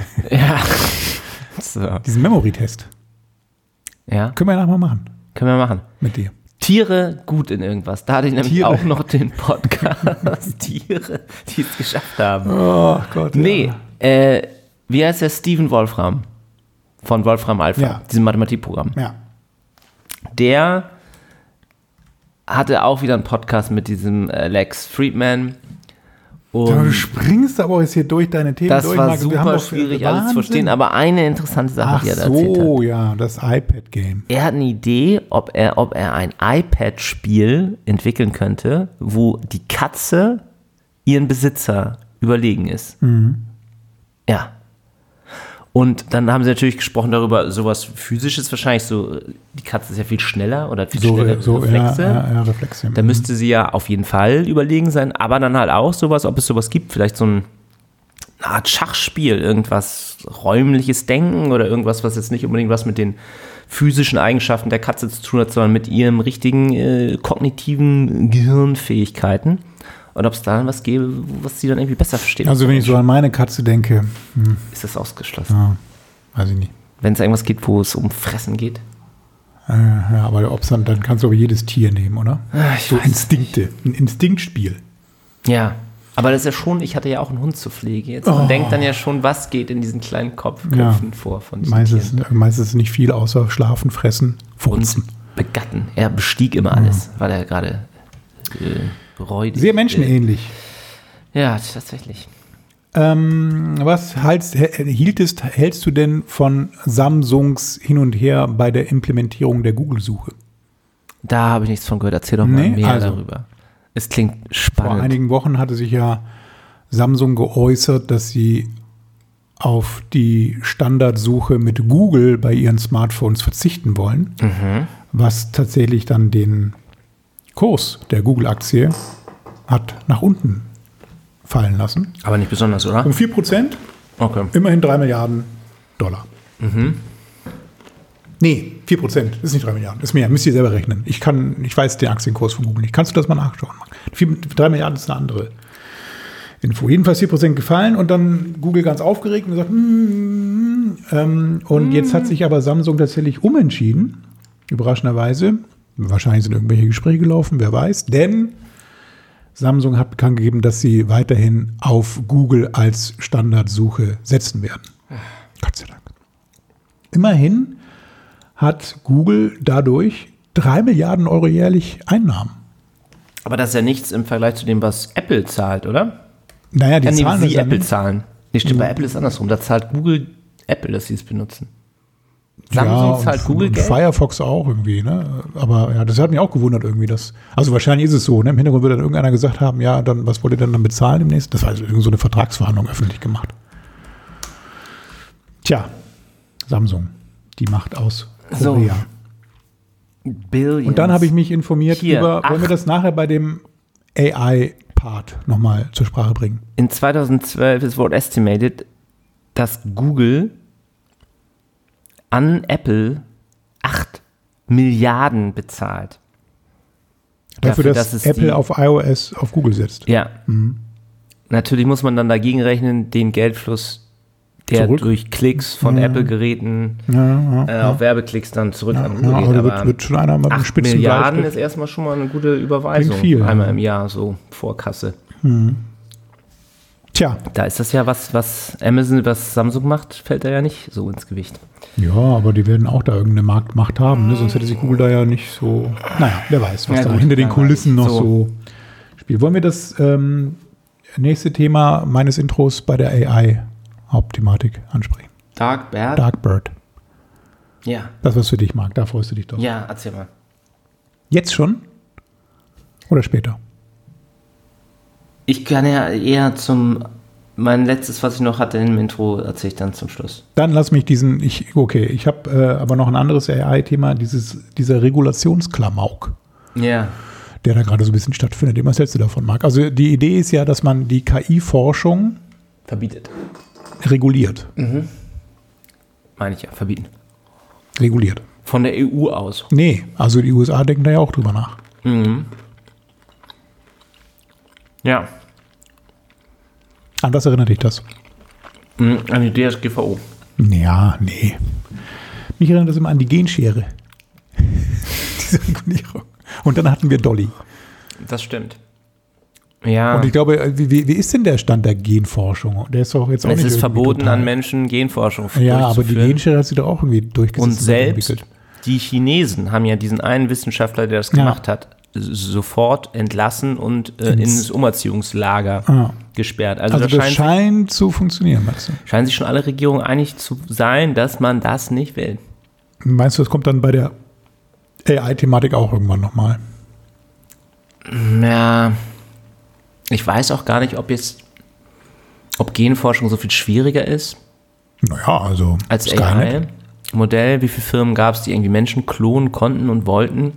so. Diesen Memory-Test. Ja. Können wir ja nachher machen. Können wir machen. Mit dir. Tiere gut in irgendwas. Da hatte ich nämlich auch noch den Podcast. Tiere, die es geschafft haben. Oh Gott. Nee, wie heißt der? Steven Wolfram von Wolfram Alpha, diesem Mathematikprogramm. Ja. Der hatte auch wieder einen Podcast mit diesem Lex Friedman. Du springst aber jetzt hier durch deine Themen das durch. Das war super schwierig, alles zu verstehen, aber eine interessante Sache, die er da erzählt hat. Oh ja, das iPad-Game. Er hat eine Idee, ob er ein iPad-Spiel entwickeln könnte, wo die Katze ihren Besitzer überlegen ist. Mhm. Ja. Und dann haben sie natürlich gesprochen darüber, sowas Physisches wahrscheinlich, so die Katze ist ja viel schneller oder viel schneller Reflexe. Ja, Reflexe. Da müsste sie ja auf jeden Fall überlegen sein, aber dann halt auch sowas, ob es sowas gibt, vielleicht so eine Art Schachspiel, irgendwas räumliches Denken oder irgendwas, was jetzt nicht unbedingt was mit den physischen Eigenschaften der Katze zu tun hat, sondern mit ihren richtigen kognitiven Gehirnfähigkeiten. Und ob es da was gäbe, was sie dann irgendwie besser versteht. Also wenn ich so an meine Katze denke. Ist das ausgeschlossen? Ja, weiß ich nicht. Wenn es irgendwas geht, wo es um Fressen geht? Ja, aber ob's dann kannst du aber jedes Tier nehmen, oder? So Instinkte. Ein Instinktspiel. Ja, aber das ist ja schon, ich hatte ja auch einen Hund zur Pflege jetzt. Man denkt dann ja schon, was geht in diesen kleinen Köpfen vor von diesen Tieren. Meistens nicht viel außer Schlafen, Fressen, Furzen. Und begatten. Er bestieg immer alles, weil er gerade räudig. Sehr menschenähnlich. Ja, tatsächlich. Was hältst du denn von Samsungs hin und her bei der Implementierung der Google-Suche? Da habe ich nichts von gehört. Erzähl doch mal mehr darüber. Es klingt spannend. Vor einigen Wochen hatte sich ja Samsung geäußert, dass sie auf die Standardsuche mit Google bei ihren Smartphones verzichten wollen, was tatsächlich dann den Kurs der Google-Aktie hat nach unten fallen lassen. Aber nicht besonders, oder? Um 4%. Okay. Immerhin $3 Milliarden. Nee, 4%. Ist nicht 3 Milliarden. Ist mehr. Müsst ihr selber rechnen. Ich weiß den Aktienkurs von Google nicht. Kannst du das mal nachschauen? 3 Milliarden ist eine andere Info. Jedenfalls 4% gefallen und dann Google ganz aufgeregt und gesagt, und jetzt hat sich aber Samsung tatsächlich umentschieden. Überraschenderweise. Wahrscheinlich sind irgendwelche Gespräche gelaufen, wer weiß. Denn Samsung hat bekannt gegeben, dass sie weiterhin auf Google als Standardsuche setzen werden. Gott sei Dank. Immerhin hat Google dadurch 3 Milliarden Euro jährlich Einnahmen. Aber das ist ja nichts im Vergleich zu dem, was Apple zahlt, oder? Naja, die Zahlen... Sie Apple zahlen. Nee, stimmt, bei Apple ist es andersrum. Da zahlt Google Apple, dass sie es benutzen. Samsung zahlt Google Geld. Firefox auch irgendwie, ne? Aber ja, das hat mich auch gewundert irgendwie. Also wahrscheinlich ist es so, ne? Im Hintergrund wird dann irgendeiner gesagt haben, ja, dann was wollt ihr denn dann bezahlen demnächst? Das war also irgend so eine Vertragsverhandlung öffentlich gemacht. Tja, Samsung, die Macht aus Korea. Billions. Und dann habe ich mich informiert wollen wir das nachher bei dem AI-Part nochmal zur Sprache bringen? In 2012 ist wohl estimated, dass Google an Apple 8 Milliarden bezahlt. Dafür, dass Apple auf iOS auf Google setzt. Ja. Natürlich muss man dann dagegen rechnen, den Geldfluss, der durch Klicks von Apple-Geräten auf Werbeklicks dann zurück an Google geht. Aber wird schon einer mit einem 8 Milliarden ist erstmal schon mal eine gute Überweisung. Viel, einmal im Jahr so vor Kasse. Tja. Da ist das ja was Amazon, was Samsung macht, fällt da ja nicht so ins Gewicht. Ja, aber die werden auch da irgendeine Marktmacht haben, ne? Sonst hätte sich Google da ja nicht so, naja, wer weiß, was da hinter den Kulissen noch so spielt. Wollen wir das nächste Thema meines Intros bei der AI-Hauptthematik ansprechen? Darkbird. Ja. Das, was für dich, Marc, da freust du dich doch. Ja, erzähl mal. Jetzt schon? Oder später? Ich kann ja eher mein letztes, was ich noch hatte im Intro, erzähle ich dann zum Schluss. Dann lass mich ich habe aber noch ein anderes AI-Thema, dieser Regulationsklamauk. Ja. Der da gerade so ein bisschen stattfindet. Was hältst du davon, Marc? Also die Idee ist ja, dass man die KI-Forschung verbietet. Reguliert. Meine ich ja, verbieten. Reguliert. Von der EU aus. Nee, also die USA denken da ja auch drüber nach. Ja. An was erinnert dich das? An die DSGVO. Ja, nee. Mich erinnert das immer an die Genschere. Diese Regulierung. Und dann hatten wir Dolly. Das stimmt. Ja. Und ich glaube, wie ist denn der Stand der Genforschung? Der ist doch jetzt auch nicht. Es ist verboten, total an Menschen Genforschung Ja, aber die Genschere hat sich doch auch irgendwie durchgesetzt. Und selbst die Chinesen haben ja diesen einen Wissenschaftler, der das gemacht hat, sofort entlassen und ins Umerziehungslager gesperrt. Also das scheint zu funktionieren, meinst du? Scheinen sich schon alle Regierungen einig zu sein, dass man das nicht will. Meinst du, das kommt dann bei der AI-Thematik auch irgendwann nochmal? Ja, ich weiß auch gar nicht, ob Genforschung so viel schwieriger ist. Naja, also als AI-Modell. Wie viele Firmen gab es, die irgendwie Menschen klonen konnten und wollten?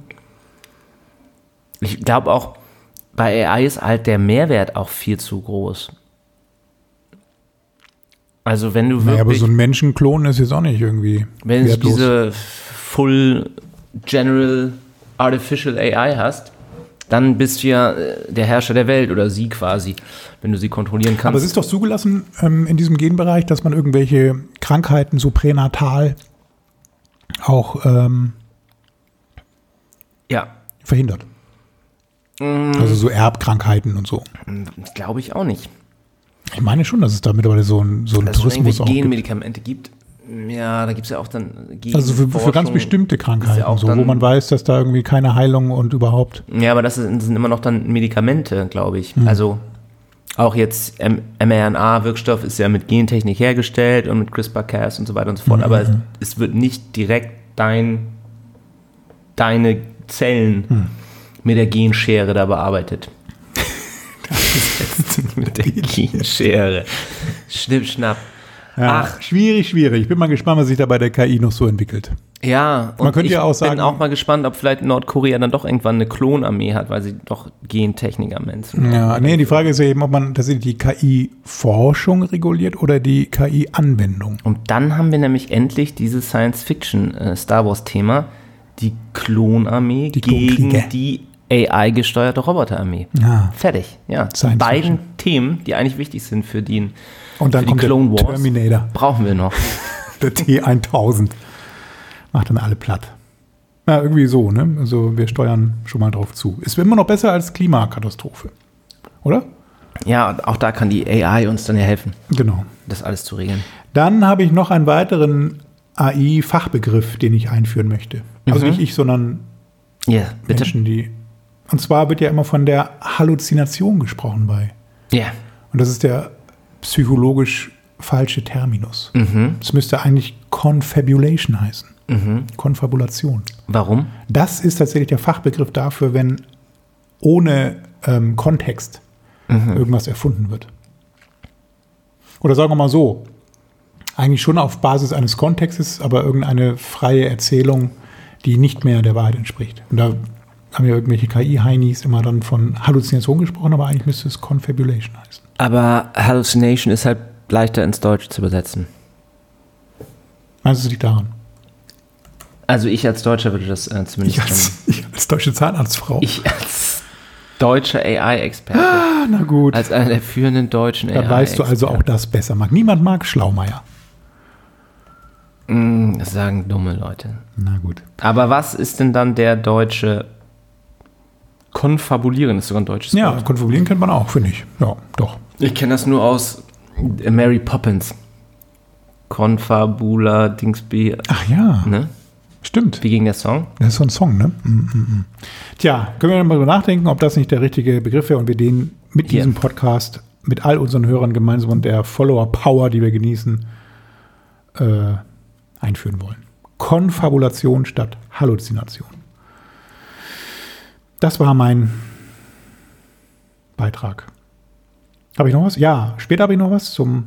Ich glaube auch, bei AI ist halt der Mehrwert auch viel zu groß. Also wenn du wirklich... Naja, aber so ein Menschenklon ist jetzt auch nicht irgendwie wenn du diese Full General Artificial AI hast, dann bist du ja der Herrscher der Welt oder sie quasi, wenn du sie kontrollieren kannst. Aber es ist doch zugelassen in diesem Genbereich, dass man irgendwelche Krankheiten so pränatal auch verhindert. Also so Erbkrankheiten und so. Glaube ich auch nicht. Ich meine schon, dass es da mittlerweile so ein Tourismus auch gibt. Genmedikamente gibt. Ja, da gibt es ja auch dann Also für ganz bestimmte Krankheiten, ja so, wo man weiß, dass da irgendwie keine Heilung und überhaupt. Ja, aber das sind immer noch dann Medikamente, glaube ich. Also Auch jetzt mRNA-Wirkstoff ist ja mit Gentechnik hergestellt und mit CRISPR-Cas und so weiter und so fort, aber es wird nicht direkt deine Zellen mit der Genschere da bearbeitet. Mit der Genschere. Schnipp, schnapp. Ja, ach, schwierig. Ich bin mal gespannt, was sich da bei der KI noch so entwickelt. Ja, man könnte ja auch sagen, bin auch mal gespannt, ob vielleicht Nordkorea dann doch irgendwann eine Klonarmee hat, weil sie doch Gentechniker Menschen. Ja, nee, die Frage ist ja eben, ob man tatsächlich die KI-Forschung reguliert oder die KI-Anwendung. Und dann haben wir nämlich endlich dieses Science-Fiction-Star Wars-Thema, die Klonarmee gegen die AI-gesteuerte Roboterarmee. Ja. Fertig, ja. Beiden Themen, die eigentlich wichtig sind für die und dann kommt Clone der Wars, Terminator. Brauchen wir noch. Der T-1000 macht dann alle platt. Ja, irgendwie so, ne? Also wir steuern schon mal drauf zu. Ist immer noch besser als Klimakatastrophe, oder? Ja, auch da kann die AI uns dann ja helfen. Genau. Das alles zu regeln. Dann habe ich noch einen weiteren AI-Fachbegriff, den ich einführen möchte. Also nicht ich, sondern bitte. Menschen, die... Und zwar wird ja immer von der Halluzination gesprochen bei. Ja. Und das ist der psychologisch falsche Terminus. Es müsste eigentlich Confabulation heißen. Konfabulation. Warum? Das ist tatsächlich der Fachbegriff dafür, wenn ohne Kontext irgendwas erfunden wird. Oder sagen wir mal so, eigentlich schon auf Basis eines Kontextes, aber irgendeine freie Erzählung, die nicht mehr der Wahrheit entspricht. Und da haben ja irgendwelche KI-Heinis immer dann von Halluzination gesprochen, aber eigentlich müsste es Confabulation heißen. Aber Hallucination ist halt leichter ins Deutsche zu übersetzen. Meinst du, es liegt daran? Also ich als Deutscher würde das zumindest... Ich als deutsche Zahnarztfrau. Ich als deutscher AI-Experte. Na gut. Als einer der führenden deutschen AI-Experten. Da weißt du also auch das besser. Niemand mag Schlaumeier. Das sagen dumme Leute. Na gut. Aber was ist denn dann der deutsche Konfabulieren? Das ist sogar ein deutsches Wort. Ja, konfabulieren kennt man auch, finde ich. Ja, doch. Ich kenne das nur aus Mary Poppins. Konfabula Dingsby. Ach ja. Ne? Stimmt. Wie ging der Song? Das ist so ein Song, ne? Tja, können wir mal drüber nachdenken, ob das nicht der richtige Begriff wäre und wir den mit diesem Podcast, mit all unseren Hörern gemeinsam und der Follower-Power, die wir genießen, einführen wollen. Konfabulation statt Halluzination. Das war mein Beitrag. Habe ich noch was? Ja, später habe ich noch was zum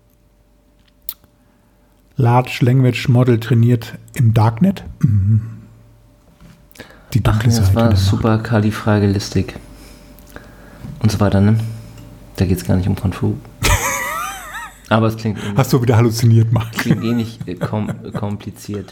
Large Language Model trainiert im Darknet. Die dunkle Seite. Das war super Kalifragilistik. Und so weiter, ne? Da geht es gar nicht um Konfu. Aber es klingt Hast du wieder halluziniert, Marc? Klingt nicht kompliziert.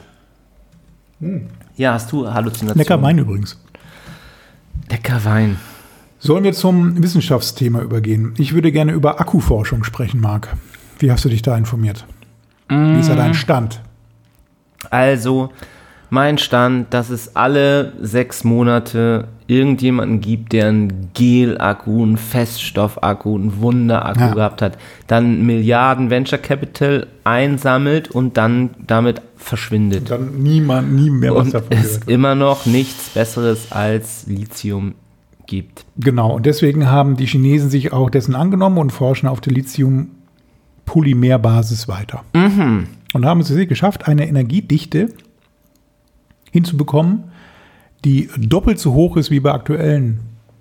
Ja, hast du Halluzinationen? Lecker Wein übrigens. Lecker Wein. Sollen wir zum Wissenschaftsthema übergehen? Ich würde gerne über Akkuforschung sprechen, Marc. Wie hast du dich da informiert? Wie ist da dein Stand? Also, mein Stand, dass es alle 6 Monate irgendjemanden gibt, der einen Gel-Akku, einen Feststoff-Akku, einen Wunder-Akku gehabt hat, dann Milliarden Venture Capital einsammelt und dann damit verschwindet. Und dann nie mehr was davon gehört. Und es immer noch nichts Besseres als Lithium gibt. Genau, und deswegen haben die Chinesen sich auch dessen angenommen und forschen auf der Lithium-Polymer-Basis weiter. Und haben es geschafft, eine Energiedichte hinzubekommen, die doppelt so hoch ist wie bei aktuellen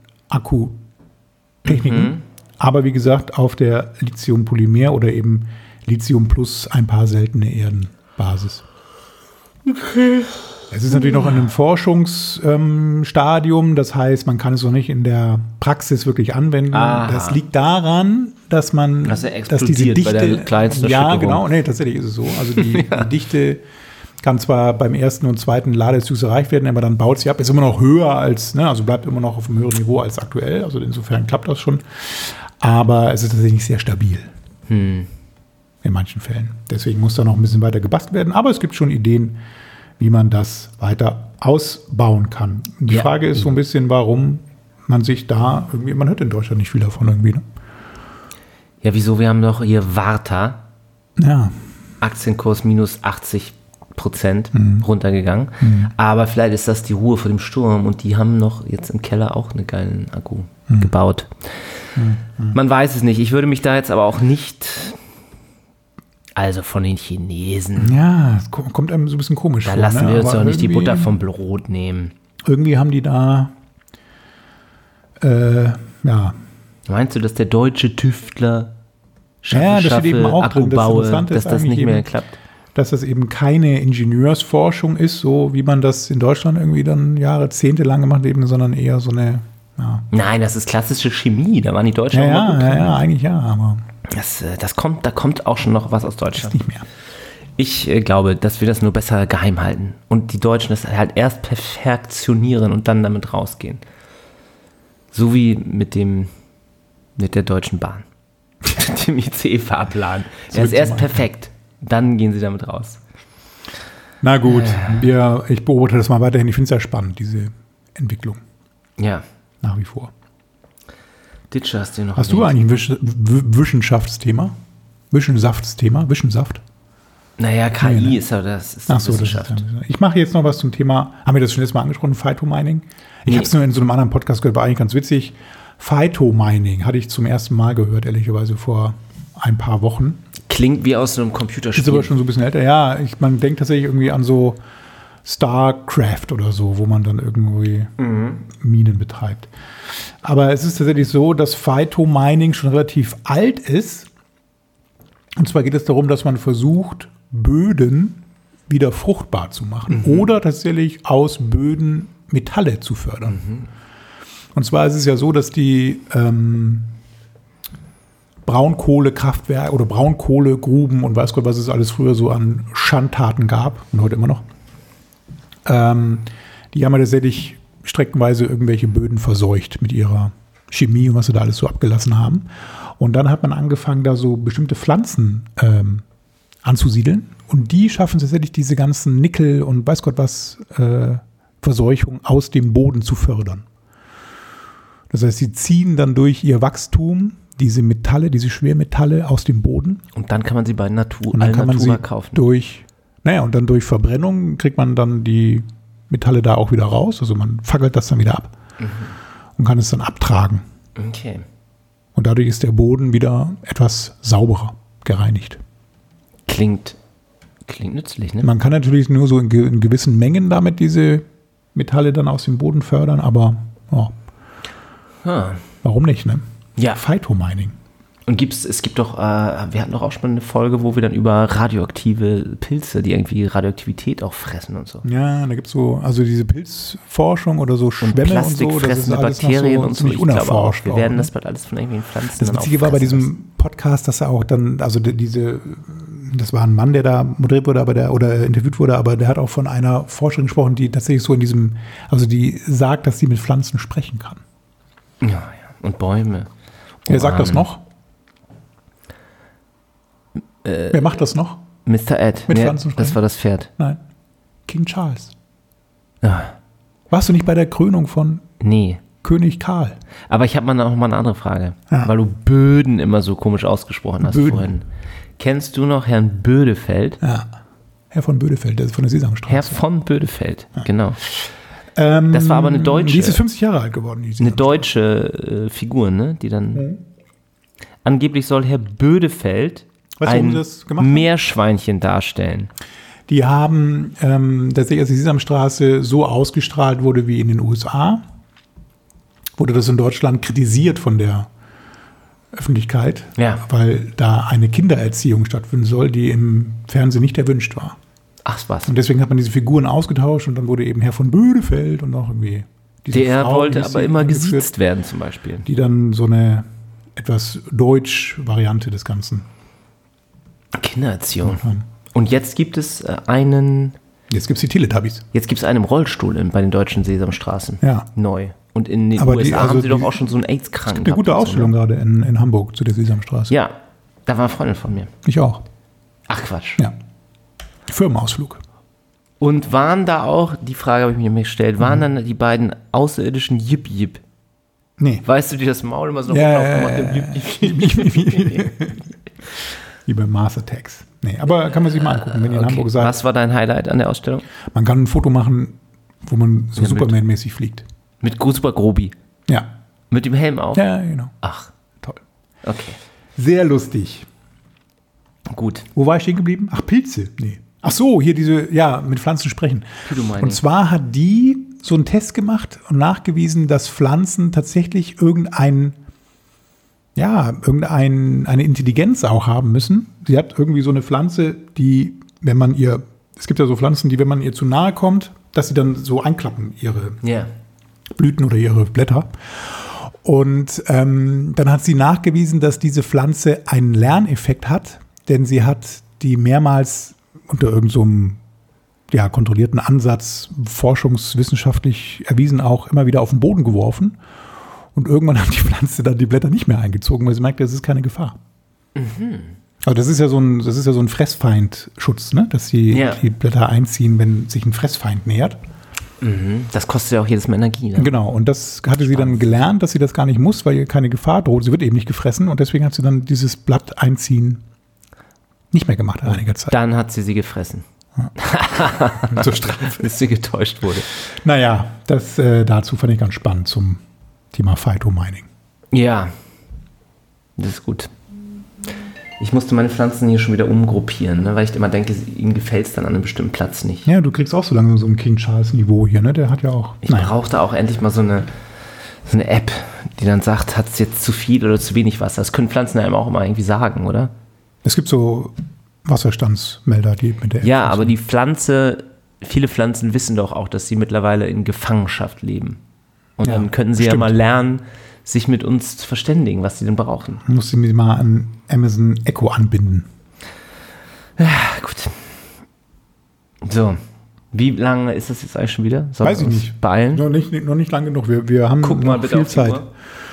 Akkutechniken. Aber wie gesagt, auf der Lithium-Polymer oder eben Lithium plus ein paar seltene Erden-Basis. Okay. Es ist natürlich noch in einem Forschungsstadium, das heißt, man kann es noch nicht in der Praxis wirklich anwenden. Aha. Das liegt daran, dass diese Dichte, bei der kleinsten ja, genau, nee, tatsächlich ist es so. Also die Dichte kann zwar beim ersten und zweiten Ladezyklus erreicht werden, aber dann baut sie ab, ist immer noch höher als, ne, also bleibt immer noch auf einem höheren Niveau als aktuell. Also insofern klappt das schon. Aber es ist tatsächlich nicht sehr stabil. In manchen Fällen. Deswegen muss da noch ein bisschen weiter gebastelt werden. Aber es gibt schon Ideen, wie man das weiter ausbauen kann. Die Frage ist so ein bisschen, warum man sich da irgendwie, man hört in Deutschland nicht viel davon irgendwie. Ne? Ja, wieso? Wir haben doch hier Warta. Ja. Aktienkurs minus 80% runtergegangen. Aber vielleicht ist das die Ruhe vor dem Sturm und die haben noch jetzt im Keller auch einen geilen Akku gebaut. Man weiß es nicht. Ich würde mich da jetzt aber auch nicht, also von den Chinesen, Ja, es kommt einem so ein bisschen komisch da vor. lassen ne? wir uns Aber doch nicht die irgendwie- Butter vom Brot nehmen. Irgendwie haben die da, ja, Meinst du, dass der deutsche Tüftler Ja, das steht eben auch drin. Das Akkubaue, Interessante dass ist das nicht eigentlich mehr eben- klappt? dass das eben keine Ingenieursforschung ist, so wie man das in Deutschland irgendwie dann Jahrzehnte lang gemacht hat, eben, sondern eher so eine, ja, Nein, das ist klassische Chemie. Da waren die Deutschen auch mal gut drin. eigentlich ja, aber Da kommt auch schon noch was aus Deutschland. nicht mehr. Ich glaube, dass wir das nur besser geheim halten und die Deutschen das halt erst perfektionieren und dann damit rausgehen. So wie mit der Deutschen Bahn. Dem ICE-Fahrplan. Er ist erst perfekt, dann gehen sie damit raus. Na gut, ich beobachte das mal weiterhin. Ich finde es sehr spannend, diese Entwicklung, Ja. nach wie vor. Ditsche hast du noch. Hast du eigentlich ein Wissenschaftsthema? Wissenschaft? Naja, KI Nee, ne? ist ja das ist Ach so, das ist Wissenschaft. ja, ich mache jetzt noch was zum Thema, haben wir das schon jetzt mal angesprochen, Phytomining? Ich Nee. habe es nur in so einem anderen Podcast gehört, war eigentlich ganz witzig. Phytomining hatte ich zum ersten Mal gehört, ehrlicherweise vor ein paar Wochen. Klingt wie aus einem Computerspiel. Ist aber schon so ein bisschen älter. Ja, man denkt tatsächlich irgendwie an so StarCraft oder so, wo man dann irgendwie Minen betreibt. Aber es ist tatsächlich so, dass Phytomining schon relativ alt ist. Und zwar geht es darum, dass man versucht, Böden wieder fruchtbar zu machen oder tatsächlich aus Böden Metalle zu fördern. Und zwar ist es ja so, dass die Braunkohlekraftwerke oder Braunkohlegruben und weiß Gott, was es alles früher so an Schandtaten gab und heute immer noch, die haben ja tatsächlich streckenweise irgendwelche Böden verseucht mit ihrer Chemie und was sie da alles so abgelassen haben. Und dann hat man angefangen, da so bestimmte Pflanzen anzusiedeln. Und die schaffen es tatsächlich, diese ganzen Nickel und weiß Gott was Verseuchung aus dem Boden zu fördern. Das heißt, sie ziehen dann durch ihr Wachstum diese Metalle, diese Schwermetalle aus dem Boden. Und dann kann man sie bei Und dann kann man sie kaufen. durch Verbrennung kriegt man dann die Metalle da auch wieder raus. Also man fackelt das dann wieder ab und kann es dann abtragen. Okay. Und dadurch ist der Boden wieder etwas sauberer, gereinigt. Klingt nützlich, ne? Man kann natürlich nur so in gewissen Mengen damit diese Metalle dann aus dem Boden fördern, aber warum nicht, ne? Ja. Phytomining. Und es gibt doch, wir hatten doch auch schon mal eine Folge, wo wir dann über radioaktive Pilze, die irgendwie Radioaktivität auch fressen und so. Ja, da gibt es so, also diese Pilzforschung oder so Schwämme und so, das ist Plastikfressende alles Bakterien noch so und so. ziemlich Ich glaube auch, unerforscht. wir auch, werden ne? das bald alles von irgendwelchen Pflanzen Das dann Witzige war bei auffressen diesem Podcast, dass er auch dann, also das war ein Mann, der da moderiert wurde, oder interviewt wurde, aber der hat auch von einer Forscherin gesprochen, die tatsächlich so in diesem, also die sagt, dass sie mit Pflanzen sprechen kann. müssen. Ja. Und Bäume. Wer sagt das noch? Wer macht das noch? Mr. Ed. Mit Nee, Pflanzen das sprechen? war das Pferd. Nein. King Charles. Ah, Warst du nicht bei der Krönung von nee. König Karl? Aber ich habe noch mal eine andere Frage. Ja. Weil du Böden immer so komisch ausgesprochen hast Böden. vorhin. Kennst du noch Herrn Bödefeld? Ja. Herr von Bödefeld, der ist von der Sesamstraße. Herr von Bödefeld, genau. Das war aber eine deutsche. Die ist 50 Jahre alt geworden. Die Eine Sesamstraße. deutsche Figur, ne? Die dann. Angeblich soll Herr Bödefeld Weißt du, warum ein sie das gemacht haben? Meerschweinchen darstellen. Die haben tatsächlich, als die Sesamstraße so ausgestrahlt wurde wie in den USA, wurde das in Deutschland kritisiert von der Öffentlichkeit, Ja. weil da eine Kindererziehung stattfinden soll, die im Fernsehen nicht erwünscht war. Ach was. Und deswegen hat man diese Figuren ausgetauscht und dann wurde eben Herr von Bödefeld und noch irgendwie diese Der Frau, wollte die aber sie immer eingeführt, gesiezt werden, zum Beispiel. die dann so eine etwas Deutsch-Variante des Ganzen Kindererziehung. haben. Und jetzt gibt es einen Jetzt gibt es die Teletubbies. im Rollstuhl bei den deutschen Sesamstraßen. Ja. Neu. Und in den Aber USA haben sie doch die- auch schon so einen AIDS-Kranken. Eine gute gehabt und Ausstellung so, ne? gerade in Hamburg zu der Sesamstraße. Ja, da war eine Freundin von mir. Ich auch. Ach Quatsch. Ja. Firmenausflug. Und waren da auch, die Frage habe ich mir gestellt, waren dann die beiden außerirdischen Jip-Jip? Nee. Weißt du, die das Maul immer so Ja, aufgemacht haben? Jip-Jip. Wie bei Mars Attacks. Nee, aber kann man sich mal angucken, wenn ihr in Hamburg seid. Was war dein Highlight an der Ausstellung? Man kann ein Foto machen, wo man so Ja, mit- Superman-mäßig fliegt. Mit Super Grobi. Ja. Mit dem Helm auf. Ja, genau. Ach, Okay. Sehr lustig. Gut. Wo war ich stehen geblieben? Ach, Pilze. Nee. Ach so, hier mit Pflanzen sprechen. Phytomining. Und zwar hat die so einen Test gemacht und nachgewiesen, dass Pflanzen tatsächlich irgendeine Intelligenz auch haben müssen. Sie hat irgendwie so eine Pflanze, die, es gibt ja so Pflanzen, die, wenn man ihr zu nahe kommt, dass sie dann so einklappen, ihre Blüten oder ihre Blätter. Und dann hat sie nachgewiesen, dass diese Pflanze einen Lerneffekt hat, denn sie hat die mehrmals unter irgendeinem kontrollierten Ansatz, forschungswissenschaftlich erwiesen, auch immer wieder auf den Boden geworfen. Und irgendwann hat die Pflanze dann die Blätter nicht mehr eingezogen, weil sie merkte, das ist keine Gefahr. Mhm. Also das ist ja so ein Fressfeindschutz, ne? Dass sie die Blätter einziehen, wenn sich ein Fressfeind nähert. Mhm. Das kostet ja auch jedes Mal Energie. Ne? Genau, und das hatte sie dann gelernt, dass sie das gar nicht muss, weil ihr keine Gefahr droht. Sie wird eben nicht gefressen und deswegen hat sie dann dieses Blatt einziehen nicht mehr gemacht in einiger Zeit. Dann hat sie gefressen. Ja. Zur Strafe. Bis sie getäuscht wurde. Naja, das dazu fand ich ganz spannend zum Thema Phytomining. Ja, das ist gut. Ich musste meine Pflanzen hier schon wieder umgruppieren, ne, weil ich immer denke, ihnen gefällt es dann an einem bestimmten Platz nicht. Ja, du kriegst auch so langsam so ein King Charles Niveau hier, ne? Der hat ja auch. Ich brauchte auch endlich mal so eine App, die dann sagt, hat es jetzt zu viel oder zu wenig Wasser. Das können Pflanzen einem auch immer irgendwie sagen, oder? Es gibt so Wasserstandsmelder, die mit der App. Ja, aber viele Pflanzen wissen doch auch, dass sie mittlerweile in Gefangenschaft leben. Und dann können sie ja mal lernen, sich mit uns zu verständigen, was sie denn brauchen. Man muss sie mal an Amazon Echo anbinden. Ja, gut. So, wie lange ist das jetzt eigentlich schon wieder? Weiß ich nicht. Beeilen? Noch nicht lang genug. Wir haben Guck mal bitte viel auf die Zeit.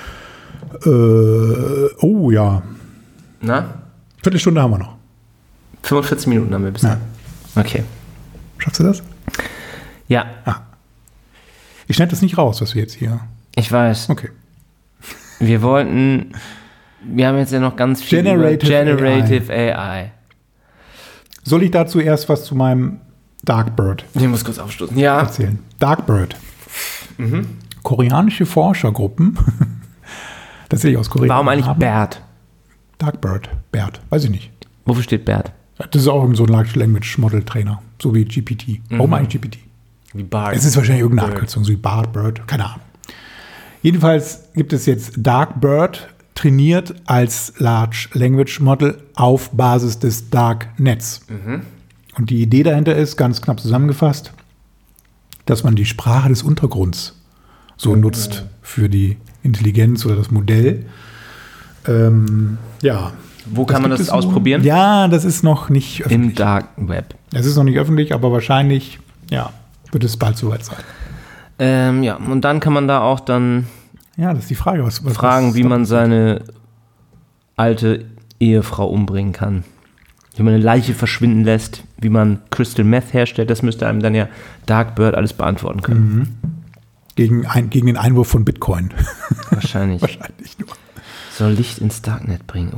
Uhr. Ja. Na? Viertelstunde haben wir noch. 45 Minuten haben wir bisher. Ja. Okay. Schaffst du das? Ja. Ich schneide das nicht raus, was wir jetzt hier. Ich weiß. Okay. Wir haben jetzt ja noch ganz viel Generative AI. Soll ich dazu erst was zu meinem Darkbird Ich muss kurz aufstoßen. Ja. erzählen? Darkbird. Koreanische Forschergruppen, das sehe ich aus Korea. Warum eigentlich Bert? Darkbird, Bert, weiß ich nicht. Wofür steht Bert? Das ist auch so ein Large Language Model Trainer, so wie GPT. Warum eigentlich GPT? Wie Bart. Es ist wahrscheinlich irgendeine Abkürzung, so wie Bird, keine Ahnung. Jedenfalls gibt es jetzt Darkbird, trainiert als Large Language Model auf Basis des Darknets. Und die Idee dahinter ist, ganz knapp zusammengefasst, dass man die Sprache des Untergrunds so nutzt für die Intelligenz oder das Modell. Wo kann man das ausprobieren? Ja, das ist noch nicht öffentlich. Im Dark Web. Es ist noch nicht öffentlich, aber wahrscheinlich, wird es bald soweit sein. Und dann kann man da auch dann das ist die Frage, wie man seine alte Ehefrau umbringen kann. Wie man eine Leiche verschwinden lässt, wie man Crystal Meth herstellt, das müsste einem dann ja Darkbird alles beantworten können. Gegen den Einwurf von Bitcoin. Wahrscheinlich. Wahrscheinlich nur. Soll Licht ins Darknet bringen.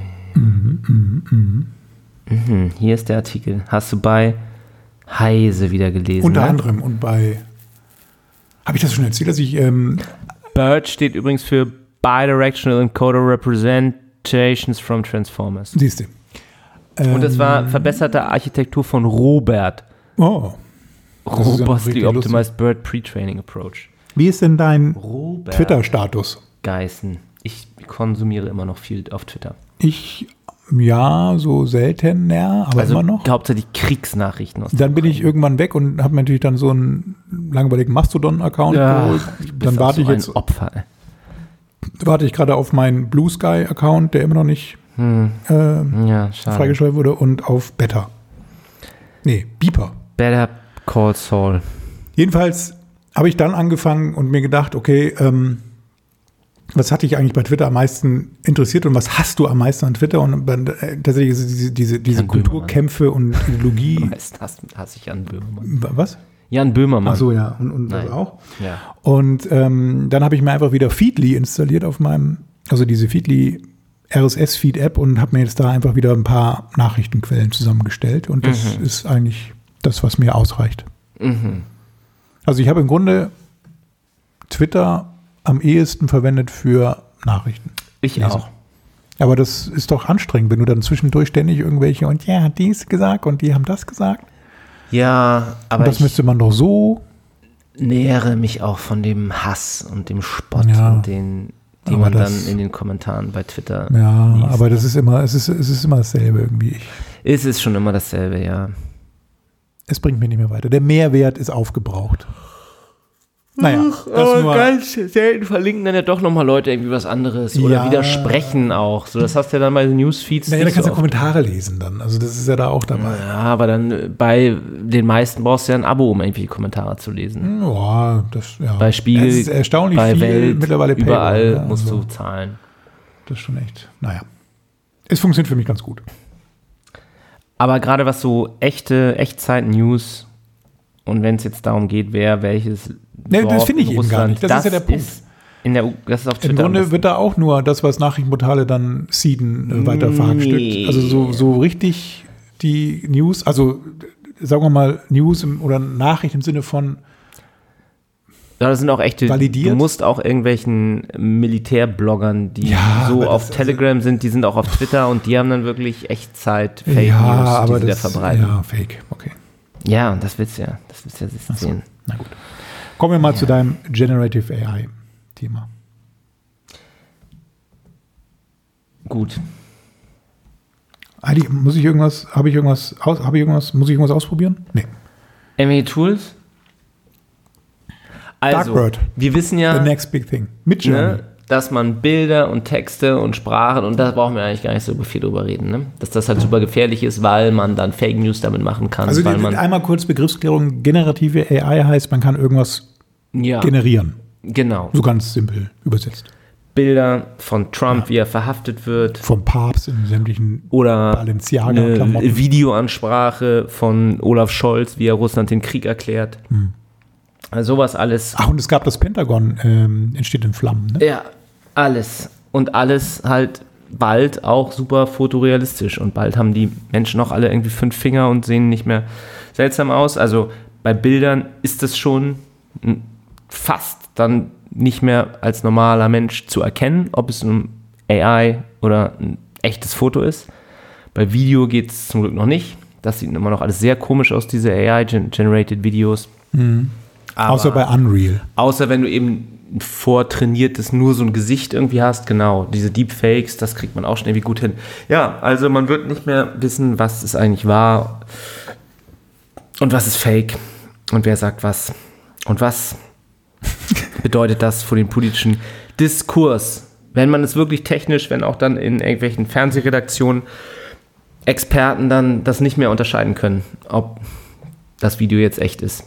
Hier ist der Artikel. Hast du bei Heise wieder gelesen? Unter anderem und bei... Habe ich das schon erzählt, dass ich... BIRD steht übrigens für Bidirectional Encoder Representations from Transformers. Siehst du. Und das war verbesserte Architektur von Robert. Oh. Robustly Optimized BIRD Pre-Training Approach. Wie ist denn dein Twitter-Status? Geißen. Ich konsumiere immer noch viel auf Twitter. Ich, so seltener, aber also immer noch. Hauptsächlich Kriegsnachrichten aus Dann bin ich irgendwann weg und habe mir natürlich dann so einen langweiligen Mastodon-Account geholt. Dann warte ich jetzt. Opfer. Warte ich gerade auf meinen Blue Sky-Account, der immer noch nicht freigeschaltet wurde, und auf Better. Beeper. Better Call Saul. Jedenfalls habe ich dann angefangen und mir gedacht, okay, was hat dich eigentlich bei Twitter am meisten interessiert und was hast du am meisten an Twitter? Und tatsächlich ist diese Kulturkämpfe und Ideologie. Am meisten hasse ich Jan Böhmermann. Was? Jan Böhmermann. Ach so, ja. Und das auch. Ja. Und dann habe ich mir einfach wieder Feedly installiert auf diese Feedly RSS-Feed-App und habe mir jetzt da einfach wieder ein paar Nachrichtenquellen zusammengestellt. Und das ist eigentlich das, was mir ausreicht. Also ich habe im Grunde Twitter am ehesten verwendet für Nachrichten. Ich auch. Aber das ist doch anstrengend, wenn du dann zwischendurch ständig irgendwelche und ja, hat dies gesagt und die haben das gesagt. Ja, aber und das müsste man doch so. Nähere mich auch von dem Hass und dem Spott, und die man dann in den Kommentaren bei Twitter liest. Aber das ist immer, es ist immer dasselbe irgendwie. Es ist schon immer dasselbe, ja. Es bringt mich nicht mehr weiter. Der Mehrwert ist aufgebraucht. Naja, das nur ganz selten verlinken dann ja doch nochmal Leute irgendwie was anderes oder widersprechen auch. So, das hast du ja dann bei den Newsfeeds. Naja, da kannst du Kommentare lesen dann. Also das ist ja da auch dabei. Ja, aber dann bei den meisten brauchst du ja ein Abo, um irgendwie Kommentare zu lesen. Ja, bei Spiegel, das ist erstaunlich bei viel Welt, mittlerweile überall musst du zahlen. Das ist schon echt, naja. Es funktioniert für mich ganz gut. Aber gerade was so Echtzeit-News und wenn es jetzt darum geht, wer welches das finde ich eben gar nicht. Das ist ja der Punkt. Das ist auf Twitter. Im Grunde wird da auch nur das, was Nachrichtenportale dann seeden, weiter verhackstückt. Also so richtig die News, also sagen wir mal News oder Nachrichten im Sinne von das sind auch echte, validiert. Du musst auch irgendwelchen Militärbloggern, die so auf Telegram sind, die sind auch auf Twitter und die haben dann wirklich Echtzeit-Fake News, die sie da verbreiten. Ja, Fake, okay. Ja, das willst du ja sehen. Na gut. Kommen wir mal zu deinem Generative AI-Thema. Gut. Heidi, muss ich irgendwas ausprobieren? Nee. Irgendwelche Tools? Also, Darkword. Wir wissen ja, the next big thing. Midjourney. Dass man Bilder und Texte und Sprachen, und da brauchen wir eigentlich gar nicht so viel drüber reden, ne? Dass das halt super gefährlich ist, weil man dann Fake News damit machen kann. Also einmal kurz Begriffsklärung, generative AI heißt, man kann irgendwas generieren. Genau. So ganz simpel übersetzt. Bilder von Trump, wie er verhaftet wird. Vom Papst in sämtlichen oder Balenciaga-Klamotten. Eine Videoansprache von Olaf Scholz, wie er Russland den Krieg erklärt. Also sowas alles. Ach, und es gab das Pentagon, entsteht in Flammen, ne? Ja, alles. Und alles halt bald auch super fotorealistisch. Und bald haben die Menschen auch alle irgendwie 5 Finger und sehen nicht mehr seltsam aus. Also bei Bildern ist das schon fast dann nicht mehr als normaler Mensch zu erkennen, ob es ein AI oder ein echtes Foto ist. Bei Video geht es zum Glück noch nicht. Das sieht immer noch alles sehr komisch aus, diese AI-generated Videos. Außer bei Unreal. Außer wenn du eben ein vortrainiertes, nur so ein Gesicht irgendwie hast, genau. Diese Deepfakes, das kriegt man auch schon irgendwie gut hin. Ja, also man wird nicht mehr wissen, was es eigentlich war und was ist Fake und wer sagt was und was bedeutet das für den politischen Diskurs. Wenn man es wirklich technisch, wenn auch dann in irgendwelchen Fernsehredaktionen Experten dann das nicht mehr unterscheiden können, ob das Video jetzt echt ist.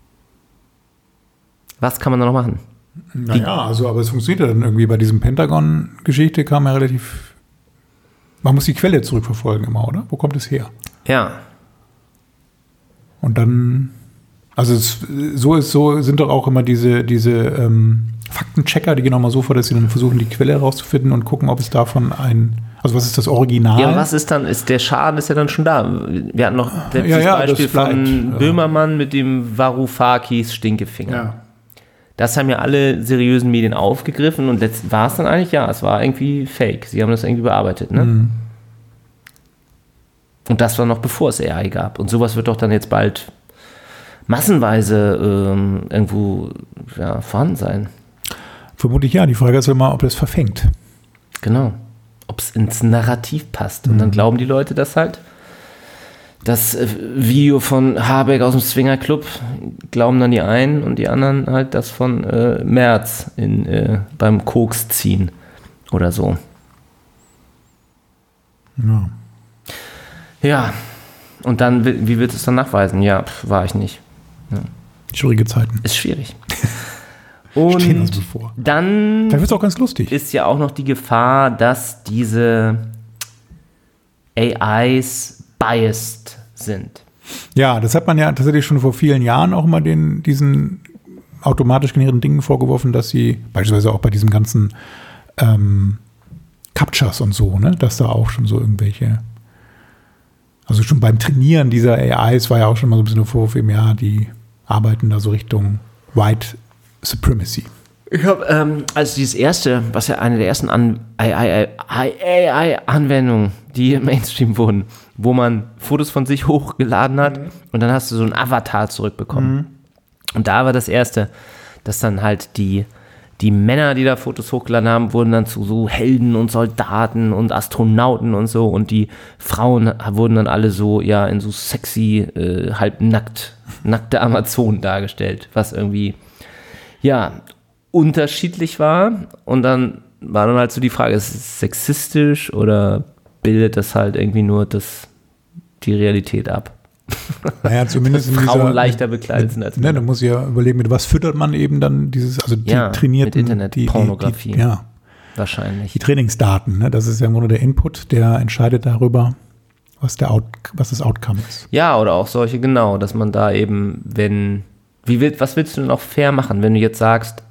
Was kann man da noch machen? Naja, aber es funktioniert ja dann irgendwie. Bei diesem Pentagon-Geschichte kam ja relativ. Man muss die Quelle zurückverfolgen immer, oder? Wo kommt es her? Ja. Und dann. Also sind doch auch immer diese Faktenchecker, die gehen auch mal so vor, dass sie dann versuchen, die Quelle herauszufinden und gucken, ob es davon also was ist das Original? Ja, was ist dann, der Schaden ist ja dann schon da. Wir hatten noch das Beispiel von Böhmermann mit dem Varoufakis Stinkefinger. Ja. Das haben ja alle seriösen Medien aufgegriffen und war es dann eigentlich, es war irgendwie fake. Sie haben das irgendwie bearbeitet, ne? Und das war noch bevor es AI gab. Und sowas wird doch dann jetzt bald massenweise irgendwo vorhanden sein. Vermutlich ja. Die Frage ist immer, ob das verfängt. Genau. Ob es ins Narrativ passt. Und dann glauben die Leute das halt. Das Video von Habeck aus dem Swingerclub glauben dann die einen und die anderen halt das von Merz beim Koks ziehen oder so. Ja. Ja. Und dann, wie wird es dann nachweisen? Ja, war ich nicht. Ja. Schwierige Zeiten. Ist schwierig. Und stehen uns bevor. Dann wird es auch ganz lustig. Ist ja auch noch die Gefahr, dass diese AIs biased sind. Ja, das hat man ja tatsächlich schon vor vielen Jahren auch mal diesen automatisch generierten Dingen vorgeworfen, dass sie beispielsweise auch bei diesem ganzen Captchas und so, ne, dass da auch schon so irgendwelche, also schon beim Trainieren dieser AIs war ja auch schon mal so ein bisschen der Vorwurf, die arbeiten da so Richtung White Supremacy. Ich habe, also dieses erste, was ja eine der ersten AI-Anwendungen, die im Mainstream wurden, wo man Fotos von sich hochgeladen hat und dann hast du so einen Avatar zurückbekommen. Und da war das erste, dass dann halt die Männer, die da Fotos hochgeladen haben, wurden dann zu so Helden und Soldaten und Astronauten und so und die Frauen wurden dann alle so, ja, in so sexy, halb nackte Amazonen dargestellt, was irgendwie, ja, unterschiedlich war. Und dann war dann halt so die Frage, ist es sexistisch oder bildet das halt irgendwie nur die Realität ab? Naja, zumindest in Frauen dieser, leichter bekleidet sind als Männer. Ne, da muss ich ja überlegen, mit was füttert man eben dann dieses, also die trainierten... mit Internetpornografie. Ja. Wahrscheinlich. Die Trainingsdaten, ne, das ist ja im Grunde der Input, der entscheidet darüber, was das Outcome ist. Ja, oder auch solche, genau, dass man da eben, was willst du denn auch fair machen, wenn du jetzt sagst,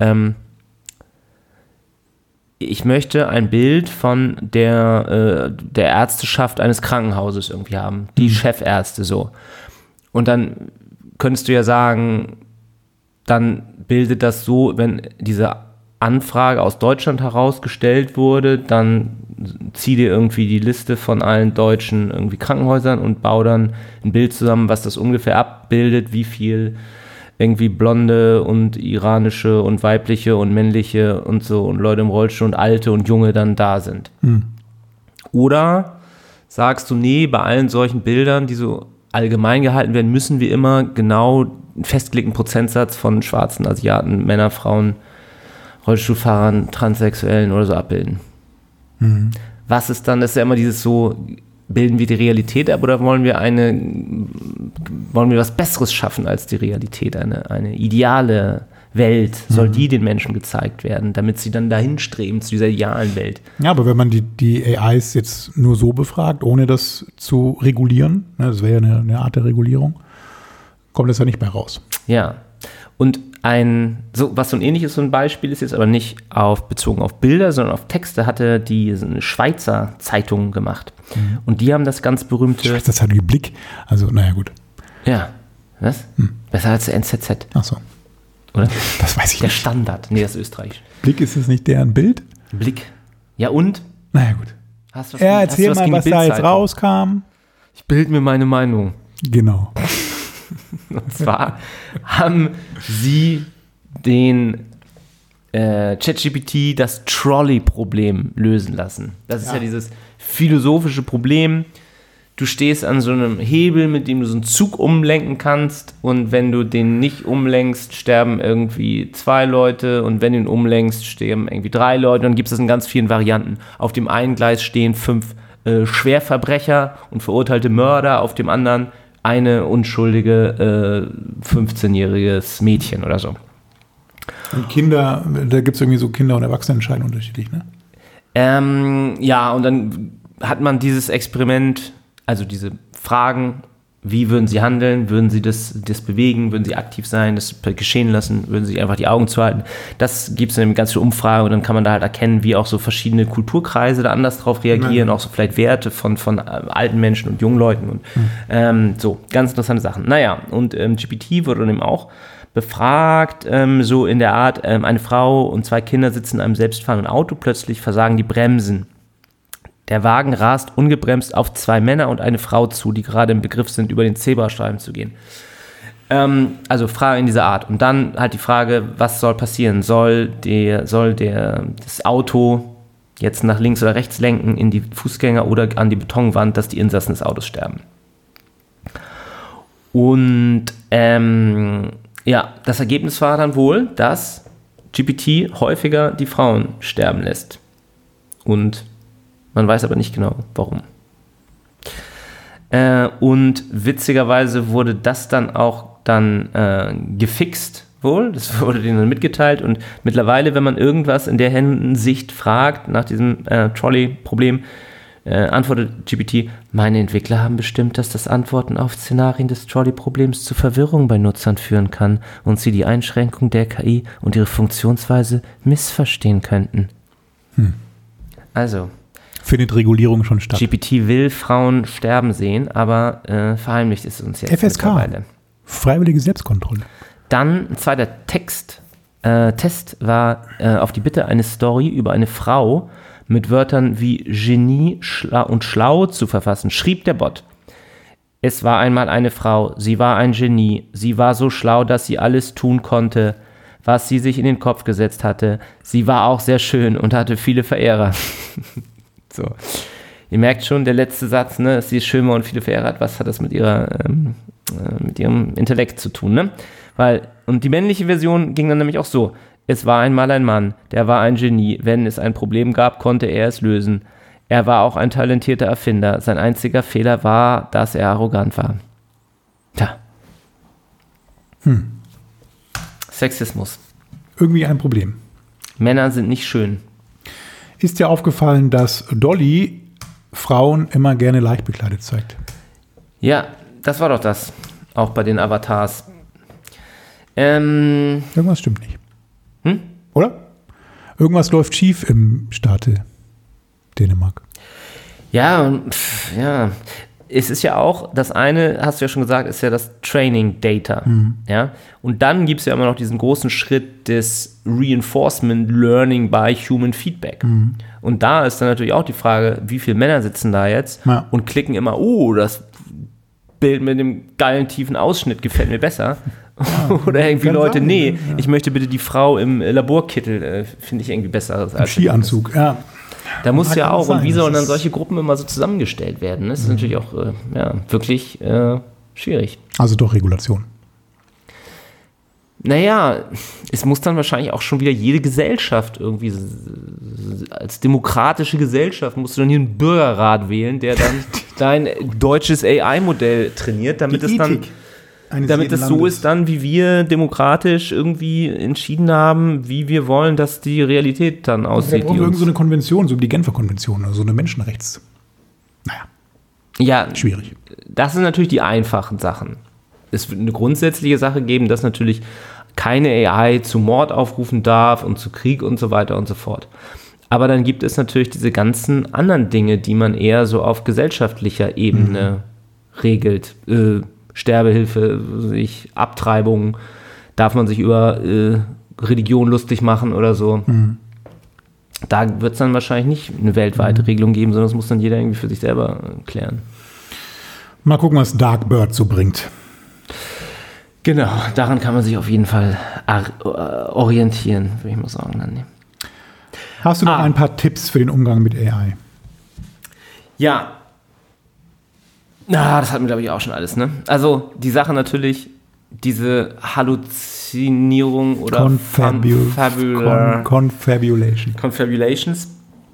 ich möchte ein Bild von der Ärzteschaft eines Krankenhauses irgendwie haben, die Chefärzte so. Und dann könntest du ja sagen, dann bildet das so, wenn diese Anfrage aus Deutschland herausgestellt wurde, dann zieh dir irgendwie die Liste von allen deutschen irgendwie Krankenhäusern und bau dann ein Bild zusammen, was das ungefähr abbildet, wie viel irgendwie blonde und iranische und weibliche und männliche und so und Leute im Rollstuhl und alte und junge dann da sind. Oder sagst du, nee, bei allen solchen Bildern, die so allgemein gehalten werden, müssen wir immer genau einen festgelegten Prozentsatz von schwarzen Asiaten, Männer, Frauen, Rollstuhlfahrern, Transsexuellen oder so abbilden. Was ist dann, das ist ja immer dieses so, bilden wir die Realität ab oder wollen wir was Besseres schaffen als die Realität? Eine ideale Welt, soll die den Menschen gezeigt werden, damit sie dann dahin streben zu dieser idealen Welt. Ja, aber wenn man die AIs jetzt nur so befragt, ohne das zu regulieren, ne, das wäre ja eine Art der Regulierung, kommt das ja nicht mehr raus. Ja, und was so ein ähnliches so ein Beispiel ist jetzt aber nicht bezogen auf Bilder, sondern auf Texte, hatte eine Schweizer Zeitung gemacht. Und die haben das ganz berühmte... Schweizer Zeitung, die Blick, also naja gut. Ja, was? Besser als der NZZ. Ach so. Oder? Das weiß ich der nicht. Der Standard, nee, das ist österreichisch. Blick, ist es nicht deren Bild? Blick. Ja und? Naja gut. Erzähl mal, was da jetzt rauskam. Ich bilde mir meine Meinung. Genau. Und zwar haben sie den ChatGPT das Trolley-Problem lösen lassen. Das ist ja dieses philosophische Problem. Du stehst an so einem Hebel, mit dem du so einen Zug umlenken kannst und wenn du den nicht umlenkst, sterben irgendwie 2 Leute und wenn du ihn umlenkst, sterben irgendwie 3 Leute und dann gibt es das in ganz vielen Varianten. Auf dem einen Gleis stehen 5 Schwerverbrecher und verurteilte Mörder, auf dem anderen eine unschuldige 15-jähriges Mädchen oder so. Und Kinder, da gibt es irgendwie so Kinder- und Erwachsenenentscheidungen unterschiedlich, ne? Ja, und dann hat man dieses Experiment, also diese Fragen, wie würden sie handeln, würden sie das bewegen, würden sie aktiv sein, das geschehen lassen, würden sie einfach die Augen zuhalten. Das gibt es in einer ganzen Umfrage und dann kann man da halt erkennen, wie auch so verschiedene Kulturkreise da anders drauf reagieren, auch so vielleicht Werte von alten Menschen und jungen Leuten und so, ganz interessante Sachen. Naja, und GPT wurde dann eben auch befragt, so in der Art, eine Frau und 2 Kinder sitzen in einem selbstfahrenden Auto, plötzlich versagen die Bremsen. Der Wagen rast ungebremst auf 2 Männer und eine Frau zu, die gerade im Begriff sind, über den Zebrastreifen zu gehen. Also Frage in dieser Art. Und dann halt die Frage, was soll passieren? Soll das Auto jetzt nach links oder rechts lenken, in die Fußgänger oder an die Betonwand, dass die Insassen des Autos sterben? Und ja, das Ergebnis war dann wohl, dass GPT häufiger die Frauen sterben lässt. Und man weiß aber nicht genau, warum. Und witzigerweise wurde das dann auch gefixt wohl. Das wurde denen dann mitgeteilt. Und mittlerweile, wenn man irgendwas in der Hinsicht fragt, nach diesem Trolley-Problem, antwortet GPT, meine Entwickler haben bestimmt, dass das Antworten auf Szenarien des Trolley-Problems zu Verwirrung bei Nutzern führen kann und sie die Einschränkung der KI und ihre Funktionsweise missverstehen könnten. Also findet Regulierung schon statt. GPT will Frauen sterben sehen, aber verheimlicht ist uns jetzt FSK, mittlerweile. Freiwillige Selbstkontrolle. Dann ein zweiter Text, Test war auf die Bitte eine Story über eine Frau mit Wörtern wie Genie und schlau zu verfassen, schrieb der Bot. Es war einmal eine Frau, sie war ein Genie, sie war so schlau, dass sie alles tun konnte, was sie sich in den Kopf gesetzt hatte. Sie war auch sehr schön und hatte viele Verehrer. So. Ihr merkt schon, der letzte Satz, ne, dass sie schön war und viele Verehrer hat, was hat das mit ihrem Intellekt zu tun, ne? Und die männliche Version ging dann nämlich auch so. Es war einmal ein Mann, der war ein Genie. Wenn es ein Problem gab, konnte er es lösen. Er war auch ein talentierter Erfinder. Sein einziger Fehler war, dass er arrogant war. Tja. Sexismus. Irgendwie ein Problem. Männer sind nicht schön. Ist dir aufgefallen, dass Dolly Frauen immer gerne leicht bekleidet zeigt? Ja, das war doch das. Auch bei den Avatars. Irgendwas stimmt nicht. Oder? Irgendwas läuft schief im Staate Dänemark. Ja, ja. Es ist ja auch, das eine, hast du ja schon gesagt, ist ja das Training Data. Ja? Und dann gibt es ja immer noch diesen großen Schritt des Reinforcement Learning by Human Feedback. Und da ist dann natürlich auch die Frage, wie viele Männer sitzen da jetzt und klicken immer, das Bild mit dem geilen tiefen Ausschnitt gefällt mir besser. Oder irgendwie Leute, sein, ich möchte bitte die Frau im Laborkittel, finde ich irgendwie besser. Als Skianzug, ja. Da muss ja auch, und wie sollen dann solche Gruppen immer so zusammengestellt werden? Das ist natürlich auch wirklich schwierig. Also doch Regulation. Naja, es muss dann wahrscheinlich auch schon wieder jede Gesellschaft irgendwie, als demokratische Gesellschaft, musst du dann hier einen Bürgerrat wählen, der dann dein deutsches AI-Modell trainiert, damit es dann... Damit es so ist dann, wie wir demokratisch irgendwie entschieden haben, wie wir wollen, dass die Realität dann aussieht. Wir brauchen irgend so eine Konvention, so wie die Genfer Konvention, also so eine schwierig. Das sind natürlich die einfachen Sachen. Es wird eine grundsätzliche Sache geben, dass natürlich keine AI zu Mord aufrufen darf und zu Krieg und so weiter und so fort. Aber dann gibt es natürlich diese ganzen anderen Dinge, die man eher so auf gesellschaftlicher Ebene regelt. Sterbehilfe, Abtreibung, darf man sich über Religion lustig machen oder so. Da wird es dann wahrscheinlich nicht eine weltweite Regelung geben, sondern das muss dann jeder irgendwie für sich selber klären. Mal gucken, was Dark Bird so bringt. Genau, daran kann man sich auf jeden Fall orientieren, würde ich mal sagen. Dann. Hast du noch ein paar Tipps für den Umgang mit AI? Ja. Das hatten wir, glaube ich, auch schon alles, ne? Also die Sache natürlich, diese Halluzinierung oder Confabulations.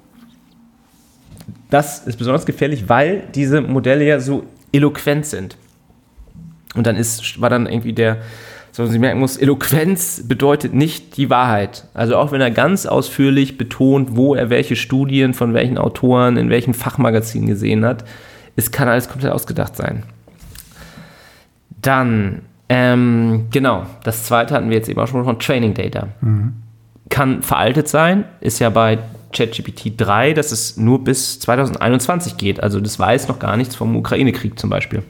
Das ist besonders gefährlich, weil diese Modelle ja so eloquent sind. Und dann war dann irgendwie Sie merken muss, Eloquenz bedeutet nicht die Wahrheit. Also auch wenn er ganz ausführlich betont, wo er welche Studien von welchen Autoren in welchen Fachmagazinen gesehen hat, es kann alles komplett ausgedacht sein. Dann, genau, das zweite hatten wir jetzt eben auch schon von Training Data. Kann veraltet sein, ist ja bei ChatGPT 3, dass es nur bis 2021 geht. Also das weiß noch gar nichts vom Ukraine-Krieg zum Beispiel.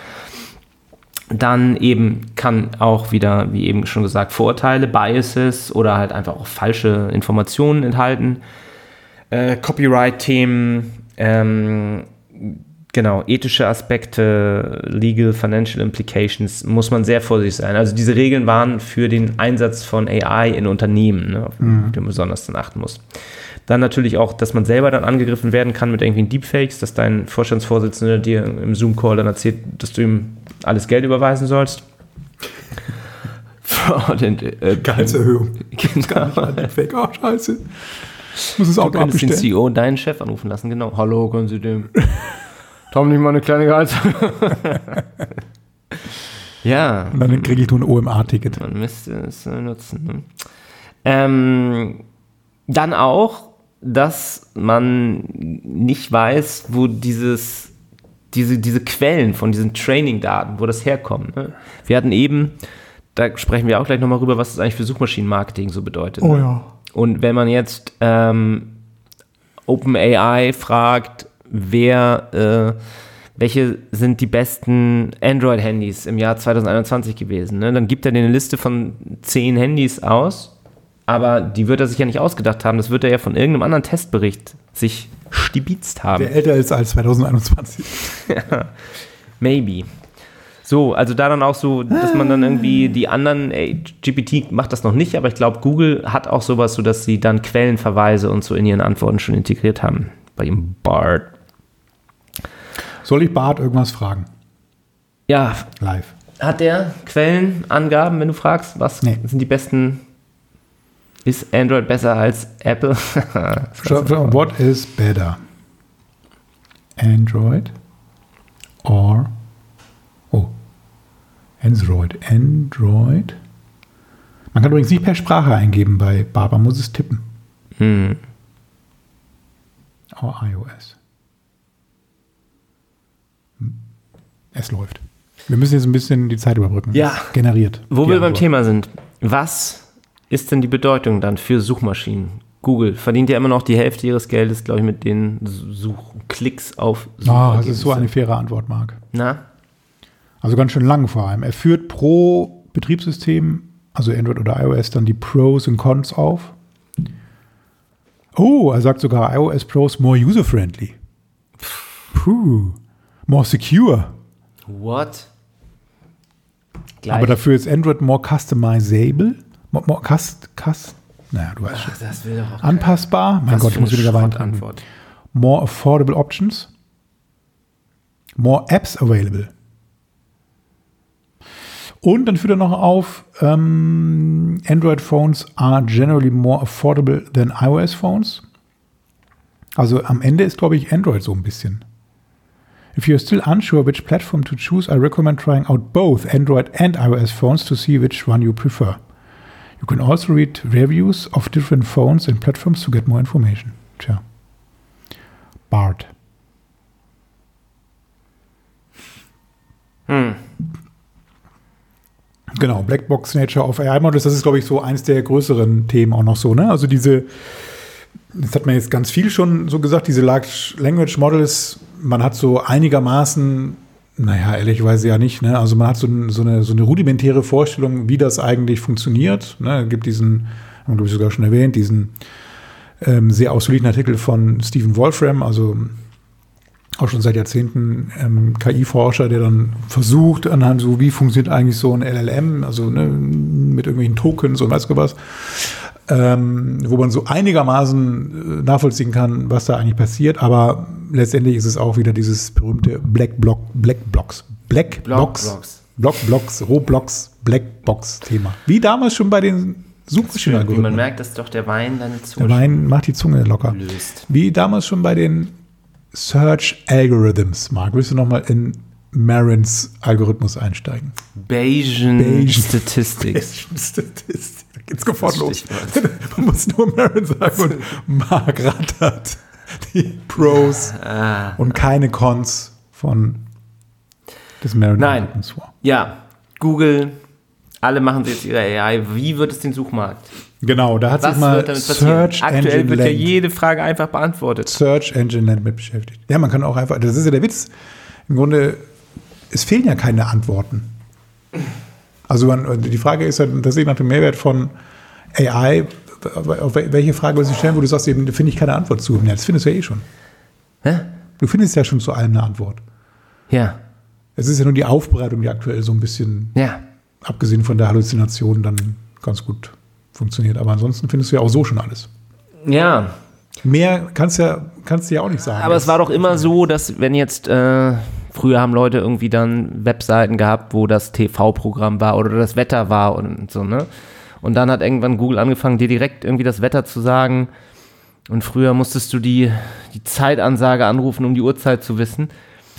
Dann eben kann auch wieder, wie eben schon gesagt, Vorurteile, Biases oder halt einfach auch falsche Informationen enthalten. Copyright-Themen, genau, ethische Aspekte, Legal, Financial Implications, muss man sehr vorsichtig sein. Also diese Regeln waren für den Einsatz von AI in Unternehmen, ne, auf den man besonders dann achten muss. Dann natürlich auch, dass man selber dann angegriffen werden kann mit irgendwelchen Deepfakes, dass dein Vorstandsvorsitzender dir im Zoom-Call dann erzählt, dass du ihm alles Geld überweisen sollst. Gehaltserhöhung. Genau. Deepfake, scheiße. Muss es auch du könntest den CEO deinen Chef anrufen lassen, genau. Hallo, können Sie dem Tom nicht mal eine kleine Gehaltserhöhung? Ja. Und dann kriege ich nur ein OMA-Ticket. Man müsste es nutzen. Ne? Dann auch, dass man nicht weiß, wo diese Quellen von diesen Training-Daten, wo das herkommt. Ne? Wir hatten eben, da sprechen wir auch gleich nochmal rüber, was das eigentlich für Suchmaschinenmarketing so bedeutet. Oh ja. Und wenn man jetzt OpenAI fragt, welche sind die besten Android-Handys im Jahr 2021 gewesen, ne? Dann gibt er dir eine Liste von 10 Handys aus Aber die wird er sich ja nicht ausgedacht haben. Das wird er ja von irgendeinem anderen Testbericht sich stibitzt haben. Der älter ist als 2021. Ja, maybe. So, also da dann auch so, dass man dann irgendwie die anderen, GPT macht das noch nicht, aber ich glaube, Google hat auch sowas, so dass sie dann Quellenverweise und so in ihren Antworten schon integriert haben. Bei ihrem Bart. Soll ich Bart irgendwas fragen? Ja. Live. Hat der Quellenangaben, wenn du fragst, was sind die besten? Ist Android besser als Apple? What is better? Android or Android. Man kann übrigens nicht per Sprache eingeben bei Bart, man muss es tippen. Or iOS. Es läuft. Wir müssen jetzt ein bisschen die Zeit überbrücken. Ja. Generiert. Wo wir beim Thema sind. Was ist denn die Bedeutung dann für Suchmaschinen? Google verdient ja immer noch die Hälfte ihres Geldes, glaube ich, mit den Klicks auf Suchergebnisse. Das ist so eine faire Antwort, Marc. Na? Also ganz schön lang vor allem. Er führt pro Betriebssystem, also Android oder iOS, dann die Pros und Cons auf. Oh, er sagt sogar iOS Pros more user-friendly. More secure. What? Aber dafür ist Android more customizable. Naja, du weißt schon. Das will doch auch anpassbar. Mein Gott, ich muss wieder weiter. More affordable options. More apps available. Und dann führt er noch auf, Android phones are generally more affordable than iOS phones. Also am Ende ist, glaube ich, Android so ein bisschen. If you're still unsure which platform to choose, I recommend trying out both Android and iOS phones to see which one you prefer. You can also read reviews of different phones and platforms to get more information. Tja. Bart. Genau, Blackbox Nature of AI Models, das ist, glaube ich, so eins der größeren Themen auch noch so, ne? Also das hat man jetzt ganz viel schon so gesagt, diese Large Language Models, man hat so einigermaßen, naja, ehrlicherweise ja nicht, ne? Also man hat so eine rudimentäre Vorstellung, wie das eigentlich funktioniert, ne? Es gibt diesen, haben wir sogar schon erwähnt, diesen sehr ausführlichen Artikel von Stephen Wolfram, also auch schon seit Jahrzehnten KI-Forscher, der dann versucht, anhand so, wie funktioniert eigentlich so ein LLM, also ne, mit irgendwelchen Tokens und weiß was, wo man so einigermaßen nachvollziehen kann, was da eigentlich passiert, aber letztendlich ist es auch wieder dieses berühmte Roblox-Thema. Wie damals schon bei den Suchmaschinen-Algorithmen. Man merkt, dass doch der Wein deine Zunge Der Wein macht die Zunge locker. löst. Wie damals schon bei den Search Algorithms. Marc, willst du nochmal in Marins Algorithmus einsteigen? Bayesian Statistics. Da geht's sofort los. Man muss nur Marin sagen und Marc rattert die Pros und keine Cons des Marin-Algorithmus vor. Ja, Google, alle machen jetzt ihre AI. Wie wird es den Suchmarkt? Genau, da hat sich mal Search Aktuell wird ja jede Frage einfach beantwortet. Search Engine Land mit beschäftigt. Ja, man kann auch einfach, das ist ja der Witz. Im Grunde, es fehlen ja keine Antworten. Also die Frage ist ja tatsächlich nach dem Mehrwert von AI, auf welche Frage willst du stellen, wo du sagst, eben, da finde ich keine Antwort zu. Ja, das findest du ja eh schon. Hä? Du findest ja schon zu allem eine Antwort. Ja. Es ist ja nur die Aufbereitung, die aktuell so ein bisschen, abgesehen von der Halluzination, dann ganz gut funktioniert. Aber ansonsten findest du ja auch so schon alles. Ja. Mehr kannst du ja auch nicht sagen. Aber es war doch immer so, dass wenn jetzt, früher haben Leute irgendwie dann Webseiten gehabt, wo das TV-Programm war oder das Wetter war und so, ne? Und dann hat irgendwann Google angefangen, dir direkt irgendwie das Wetter zu sagen. Und früher musstest du die Zeitansage anrufen, um die Uhrzeit zu wissen.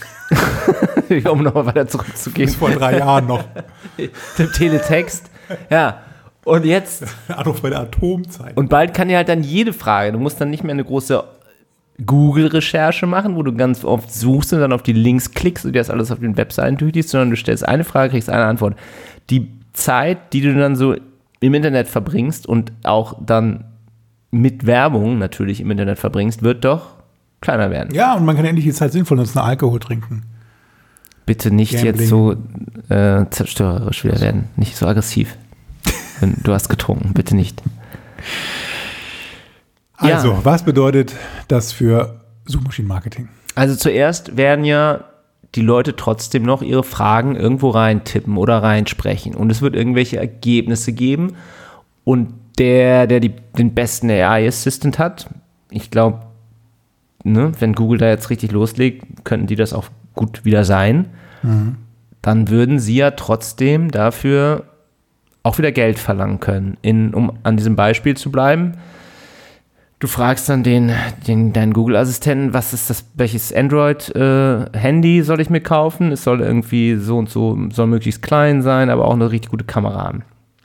Um nochmal weiter zurückzugehen. Bis vor 3 Jahren noch. Der Teletext. Ja. Und jetzt. Anruf bei der Atomzeit. Und bald kann dir halt dann jede Frage, du musst dann nicht mehr eine große Google-Recherche machen, wo du ganz oft suchst und dann auf die Links klickst und dir das alles auf den Webseiten durchliest, sondern du stellst eine Frage, kriegst eine Antwort. Die Zeit, die du dann so im Internet verbringst und auch dann mit Werbung natürlich im Internet verbringst, wird doch kleiner werden. Ja, und man kann endlich die Zeit sinnvoll nutzen, Alkohol trinken. Bitte nicht Gambling. Jetzt so zerstörerisch wieder werden. Nicht so aggressiv. Du hast getrunken, bitte nicht. Also, Ja. was bedeutet das für Suchmaschinenmarketing? Also zuerst werden ja die Leute trotzdem noch ihre Fragen irgendwo reintippen oder reinsprechen. Und es wird irgendwelche Ergebnisse geben. Und der den besten AI-Assistant hat, ich glaube, ne, wenn Google da jetzt richtig loslegt, könnten die das auch gut wieder sein. Dann würden sie ja trotzdem dafür auch wieder Geld verlangen können. Um an diesem Beispiel zu bleiben, du fragst dann deinen Google-Assistenten, welches Android-Handy soll ich mir kaufen? Es soll irgendwie so und so, soll möglichst klein sein, aber auch eine richtig gute Kamera haben.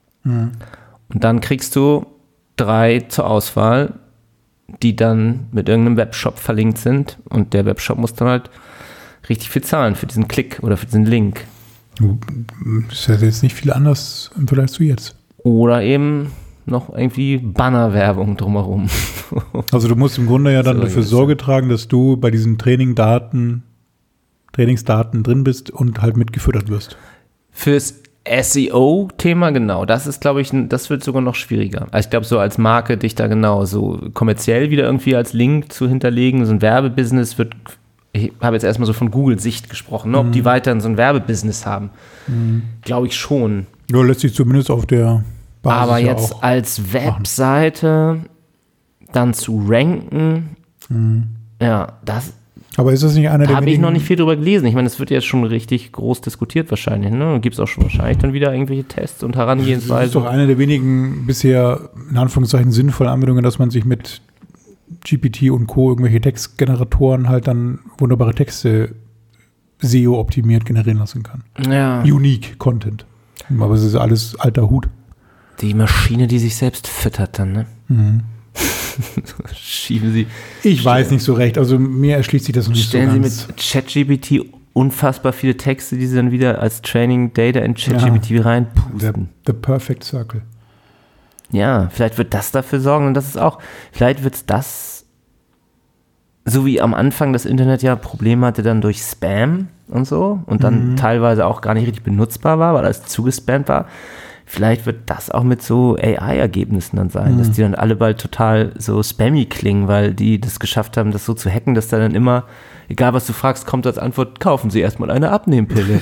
Und dann kriegst du 3 zur Auswahl, die dann mit irgendeinem Webshop verlinkt sind. Und der Webshop muss dann halt richtig viel zahlen für diesen Klick oder für diesen Link. Das ist ja jetzt nicht viel anders im Vergleich zu jetzt. Oder eben noch irgendwie Bannerwerbung drumherum. Also du musst im Grunde ja dann So dafür ist Sorge tragen, dass du bei diesen Trainingsdaten drin bist und halt mitgefüttert wirst. Fürs SEO-Thema, genau, das ist, glaube ich, das wird sogar noch schwieriger. Also ich glaube, so als Marke dich da genau so kommerziell wieder irgendwie als Link zu hinterlegen, so ein Werbebusiness wird, ich habe jetzt erstmal so von Google-Sicht gesprochen, ne, ob die weiterhin so ein Werbebusiness haben. Glaube ich schon. Ja, lässt sich zumindest auf der Basis Aber ja jetzt auch als Webseite dann zu ranken, ja, das Aber ist das nicht einer der habe ich wenigen, noch nicht viel drüber gelesen. Ich meine, es wird jetzt schon richtig groß diskutiert wahrscheinlich. Ne? Gibt es auch schon wahrscheinlich dann wieder irgendwelche Tests und das ist Herangehensweisen. doch eine der wenigen bisher in Anführungszeichen sinnvollen Anwendungen, dass man sich mit GPT und Co. irgendwelche Textgeneratoren halt dann wunderbare Texte SEO-optimiert generieren lassen kann. Ja, Unique Content. Aber es ist alles alter Hut. die Maschine, die sich selbst füttert dann, ne? Schieben Sie, Ich weiß nicht so recht. Also mir erschließt sich das noch nicht stellen so Sie ganz. mit ChatGPT unfassbar viele Texte, die Sie dann wieder als Training Data in ChatGPT reinpusten. The Perfect Circle. Ja, vielleicht wird das dafür sorgen und das ist auch, vielleicht wird es das, so wie am Anfang das Internet ja Probleme hatte dann durch Spam und so und dann teilweise auch gar nicht richtig benutzbar war, weil alles zugespammt war. Vielleicht wird das auch mit so AI-Ergebnissen dann sein, dass die dann alle bald total so spammy klingen, weil die das geschafft haben, das so zu hacken, dass da dann immer, egal was du fragst, kommt als Antwort, kaufen Sie erstmal eine Abnehmpille.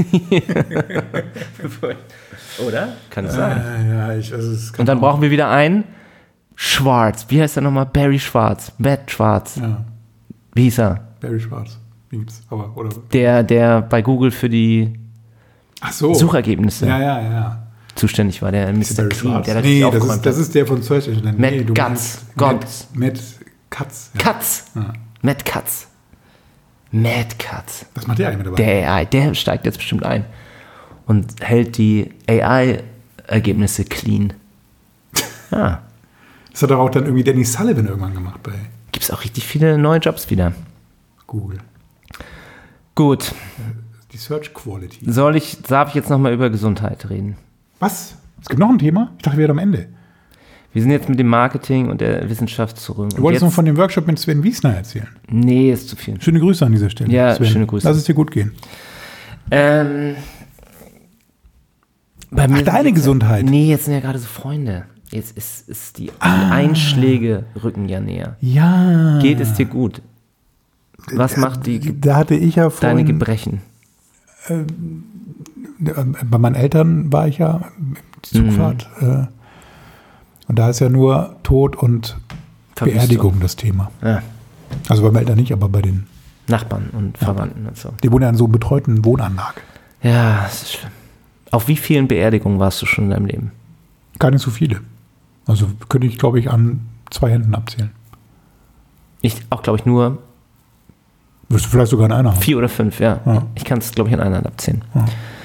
Oder? Kann es sein. Und dann brauchen wir wieder einen Schwarz. Wie heißt der nochmal? Barry Schwarz. Matt Schwarz. Ja, Wie hieß er? Barry Schwarz. Gibt's, aber, oder? Der bei Google für die Ach so. Suchergebnisse Ja. zuständig war, der Mr. Barry Clean. Schwarz. Der Nee, das das ist der von Search Engine. Matt Nee, du Gatz. meinst Matt Katz. Ja. Katz. Ja. Matt Katz. Matt Katz. Was macht der eigentlich mit dabei? Der AI, der steigt jetzt bestimmt ein und hält die AI-Ergebnisse clean. Ja. Das hat doch auch dann irgendwie Danny Sullivan irgendwann gemacht bei Gibt es auch richtig viele neue Jobs wieder. Google. Gut. Die Search Quality. Darf ich jetzt nochmal über Gesundheit reden? Was? Es gibt noch ein Thema? Ich dachte, wir wären am Ende. Wir sind jetzt mit dem Marketing und der Wissenschaft zurück. Du wolltest noch von dem Workshop mit Sven Wiesner erzählen. Nee, ist zu viel. Schöne Grüße an dieser Stelle. Ja, Sven. schöne Grüße. Lass es dir gut gehen. Bei mir deine Gesundheit. Nee, jetzt sind ja gerade so Freunde. Jetzt ist die Einschläge rücken ja näher. Ja. Geht es dir gut? Was macht Da hatte ich ja deine vorhin, Gebrechen? bei meinen Eltern war ich ja Zugfahrt. Und da ist ja nur Tod und Verwüstung. Beerdigung das Thema. Ja. Also bei meinen Eltern nicht, aber bei den, Nachbarn und Verwandten und so. die wohnen ja in so einer betreuten Wohnanlage. Ja, das ist schlimm. Auf wie vielen Beerdigungen warst du schon in deinem Leben? Gar nicht so viele. Also könnte ich, glaube ich, an 2 Händen abzählen. Ich auch, glaube ich, nur Wirst du vielleicht sogar in einer haben. 4 oder 5, ja. Ja. Ich kann es, glaube ich, an einer Hand abzählen. Ja.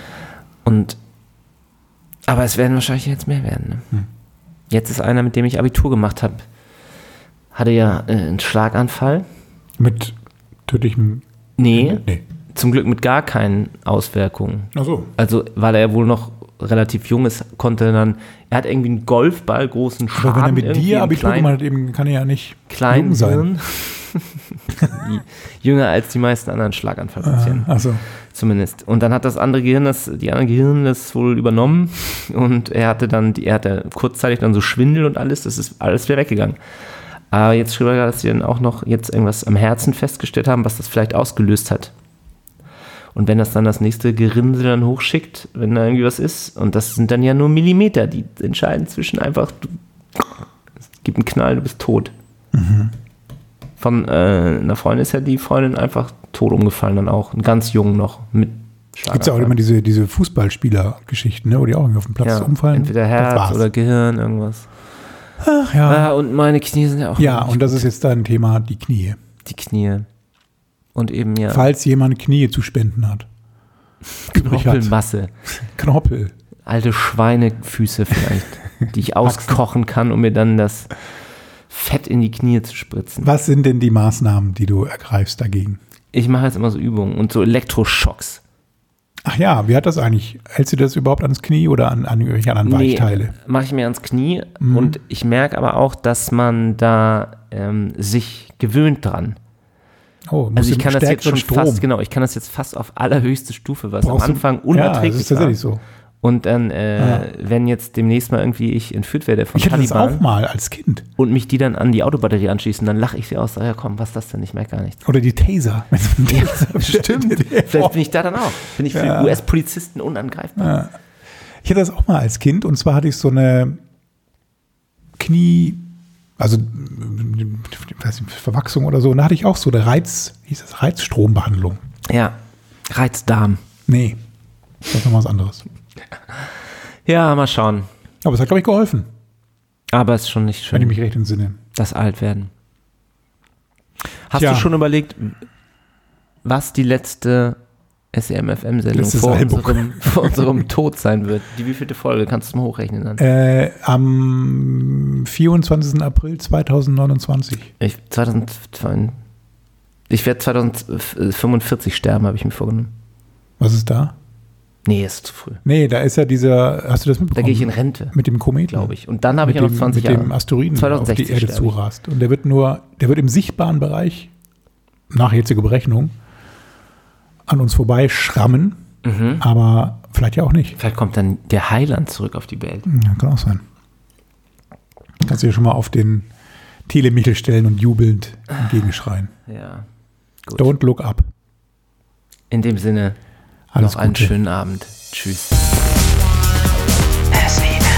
Aber es werden wahrscheinlich jetzt mehr werden. Ne? Jetzt ist einer, mit dem ich Abitur gemacht habe, hatte ja einen Schlaganfall. Mit tödlichem... Nee, Nee. zum Glück mit gar keinen Auswirkungen. Ach so. Also, weil er ja wohl noch relativ jung ist, er hat irgendwie einen Golfball großen Schaden. Aber wenn er mit irgendwie dir im Abitur kleinen- gemacht hat, eben kann er ja nicht kleinen jung sein. Hirn. Jünger als die meisten anderen Schlaganfallpatienten. Also. Zumindest. Und dann hat die andere Gehirn das wohl übernommen und er hatte kurzzeitig dann so Schwindel und alles, das ist alles wieder weggegangen. Aber jetzt schrieb er gerade, dass sie dann auch noch jetzt irgendwas am Herzen festgestellt haben, was das vielleicht ausgelöst hat. Und wenn das dann das nächste Gerinnsel dann hochschickt, wenn da irgendwie was ist, und das sind dann ja nur Millimeter, die entscheiden zwischen einfach, es gibt einen Knall, du bist tot. Von einer Freundin ist ja die Freundin einfach tot umgefallen, dann auch, ganz jung noch, mit Schlaganfall. Gibt es ja auch immer diese Fußballspieler-Geschichten, ne, wo die auch irgendwie auf dem Platz umfallen. Entweder Herz oder Gehirn, irgendwas. Ach ja. Und meine Knie sind ja auch. Ja, und das ist jetzt dein Thema, die Knie. Die Knie. Und eben ja. Falls jemand Knie zu spenden hat. Knorpelmasse. Knorpel. Alte Schweinefüße vielleicht, die ich auskochen kann, um mir dann das Fett in die Knie zu spritzen. Was sind denn die Maßnahmen, die du ergreifst dagegen? Ich mache jetzt immer so Übungen und so Elektroschocks. Ach ja, wie hat das eigentlich? Hältst du das überhaupt ans Knie oder an irgendwelche anderen Weichteile? Mache ich mir ans Knie und ich merke aber auch, dass man da sich gewöhnt dran. Oh, also ich kann das jetzt schon ich kann das jetzt fast auf allerhöchste Stufe, was am Anfang unerträglich war. Das ist tatsächlich so. Und dann, wenn jetzt demnächst mal irgendwie ich entführt werde von Taliban. Ich hatte das auch mal als Kind. Und mich die dann an die Autobatterie anschließen, dann lache ich sie aus, ja komm, was ist das denn, ich merke gar nichts. Oder die Taser. Stimmt. Vielleicht bin ich da dann auch. Bin ich für die US-Polizisten unangreifbar. Ja. Ich hatte das auch mal als Kind und zwar hatte ich so eine Verwachsung oder so. Und da hatte ich auch so eine Reizstrombehandlung. Ja, Reizdarm. Nee, das ist noch was anderes. Ja, mal schauen. Aber es hat, glaube ich, geholfen. Aber es ist schon nicht schön. Wenn ich mich recht entsinne. Das Altwerden. Hast du schon überlegt, was die letzte SEM-FM-Sendung vor unserem Tod sein wird? Die wievielte Folge? Kannst du mal hochrechnen dann? Am 24. April 2029. Ich werde 2045 sterben, habe ich mir vorgenommen. Was ist da? Nee, ist zu früh. Nee, da ist ja dieser, hast du das mitbekommen? Da gehe ich in Rente. Mit dem Kometen. Glaube ich. Und dann habe ich ja noch 20 Jahre. Mit dem Asteroiden, 2060 auf die Erde zurast. Und der wird im sichtbaren Bereich, nach jetziger Berechnung, an uns vorbei schrammen. Aber vielleicht ja auch nicht. Vielleicht kommt dann der Heiland zurück auf die Welt. Ja, kann auch sein. Kannst du dir schon mal auf den Telemichel stellen und jubelnd entgegenschreien. Ja, gut. Don't look up. In dem Sinne, alles noch einen Gute. schönen Abend. Tschüss. SEM.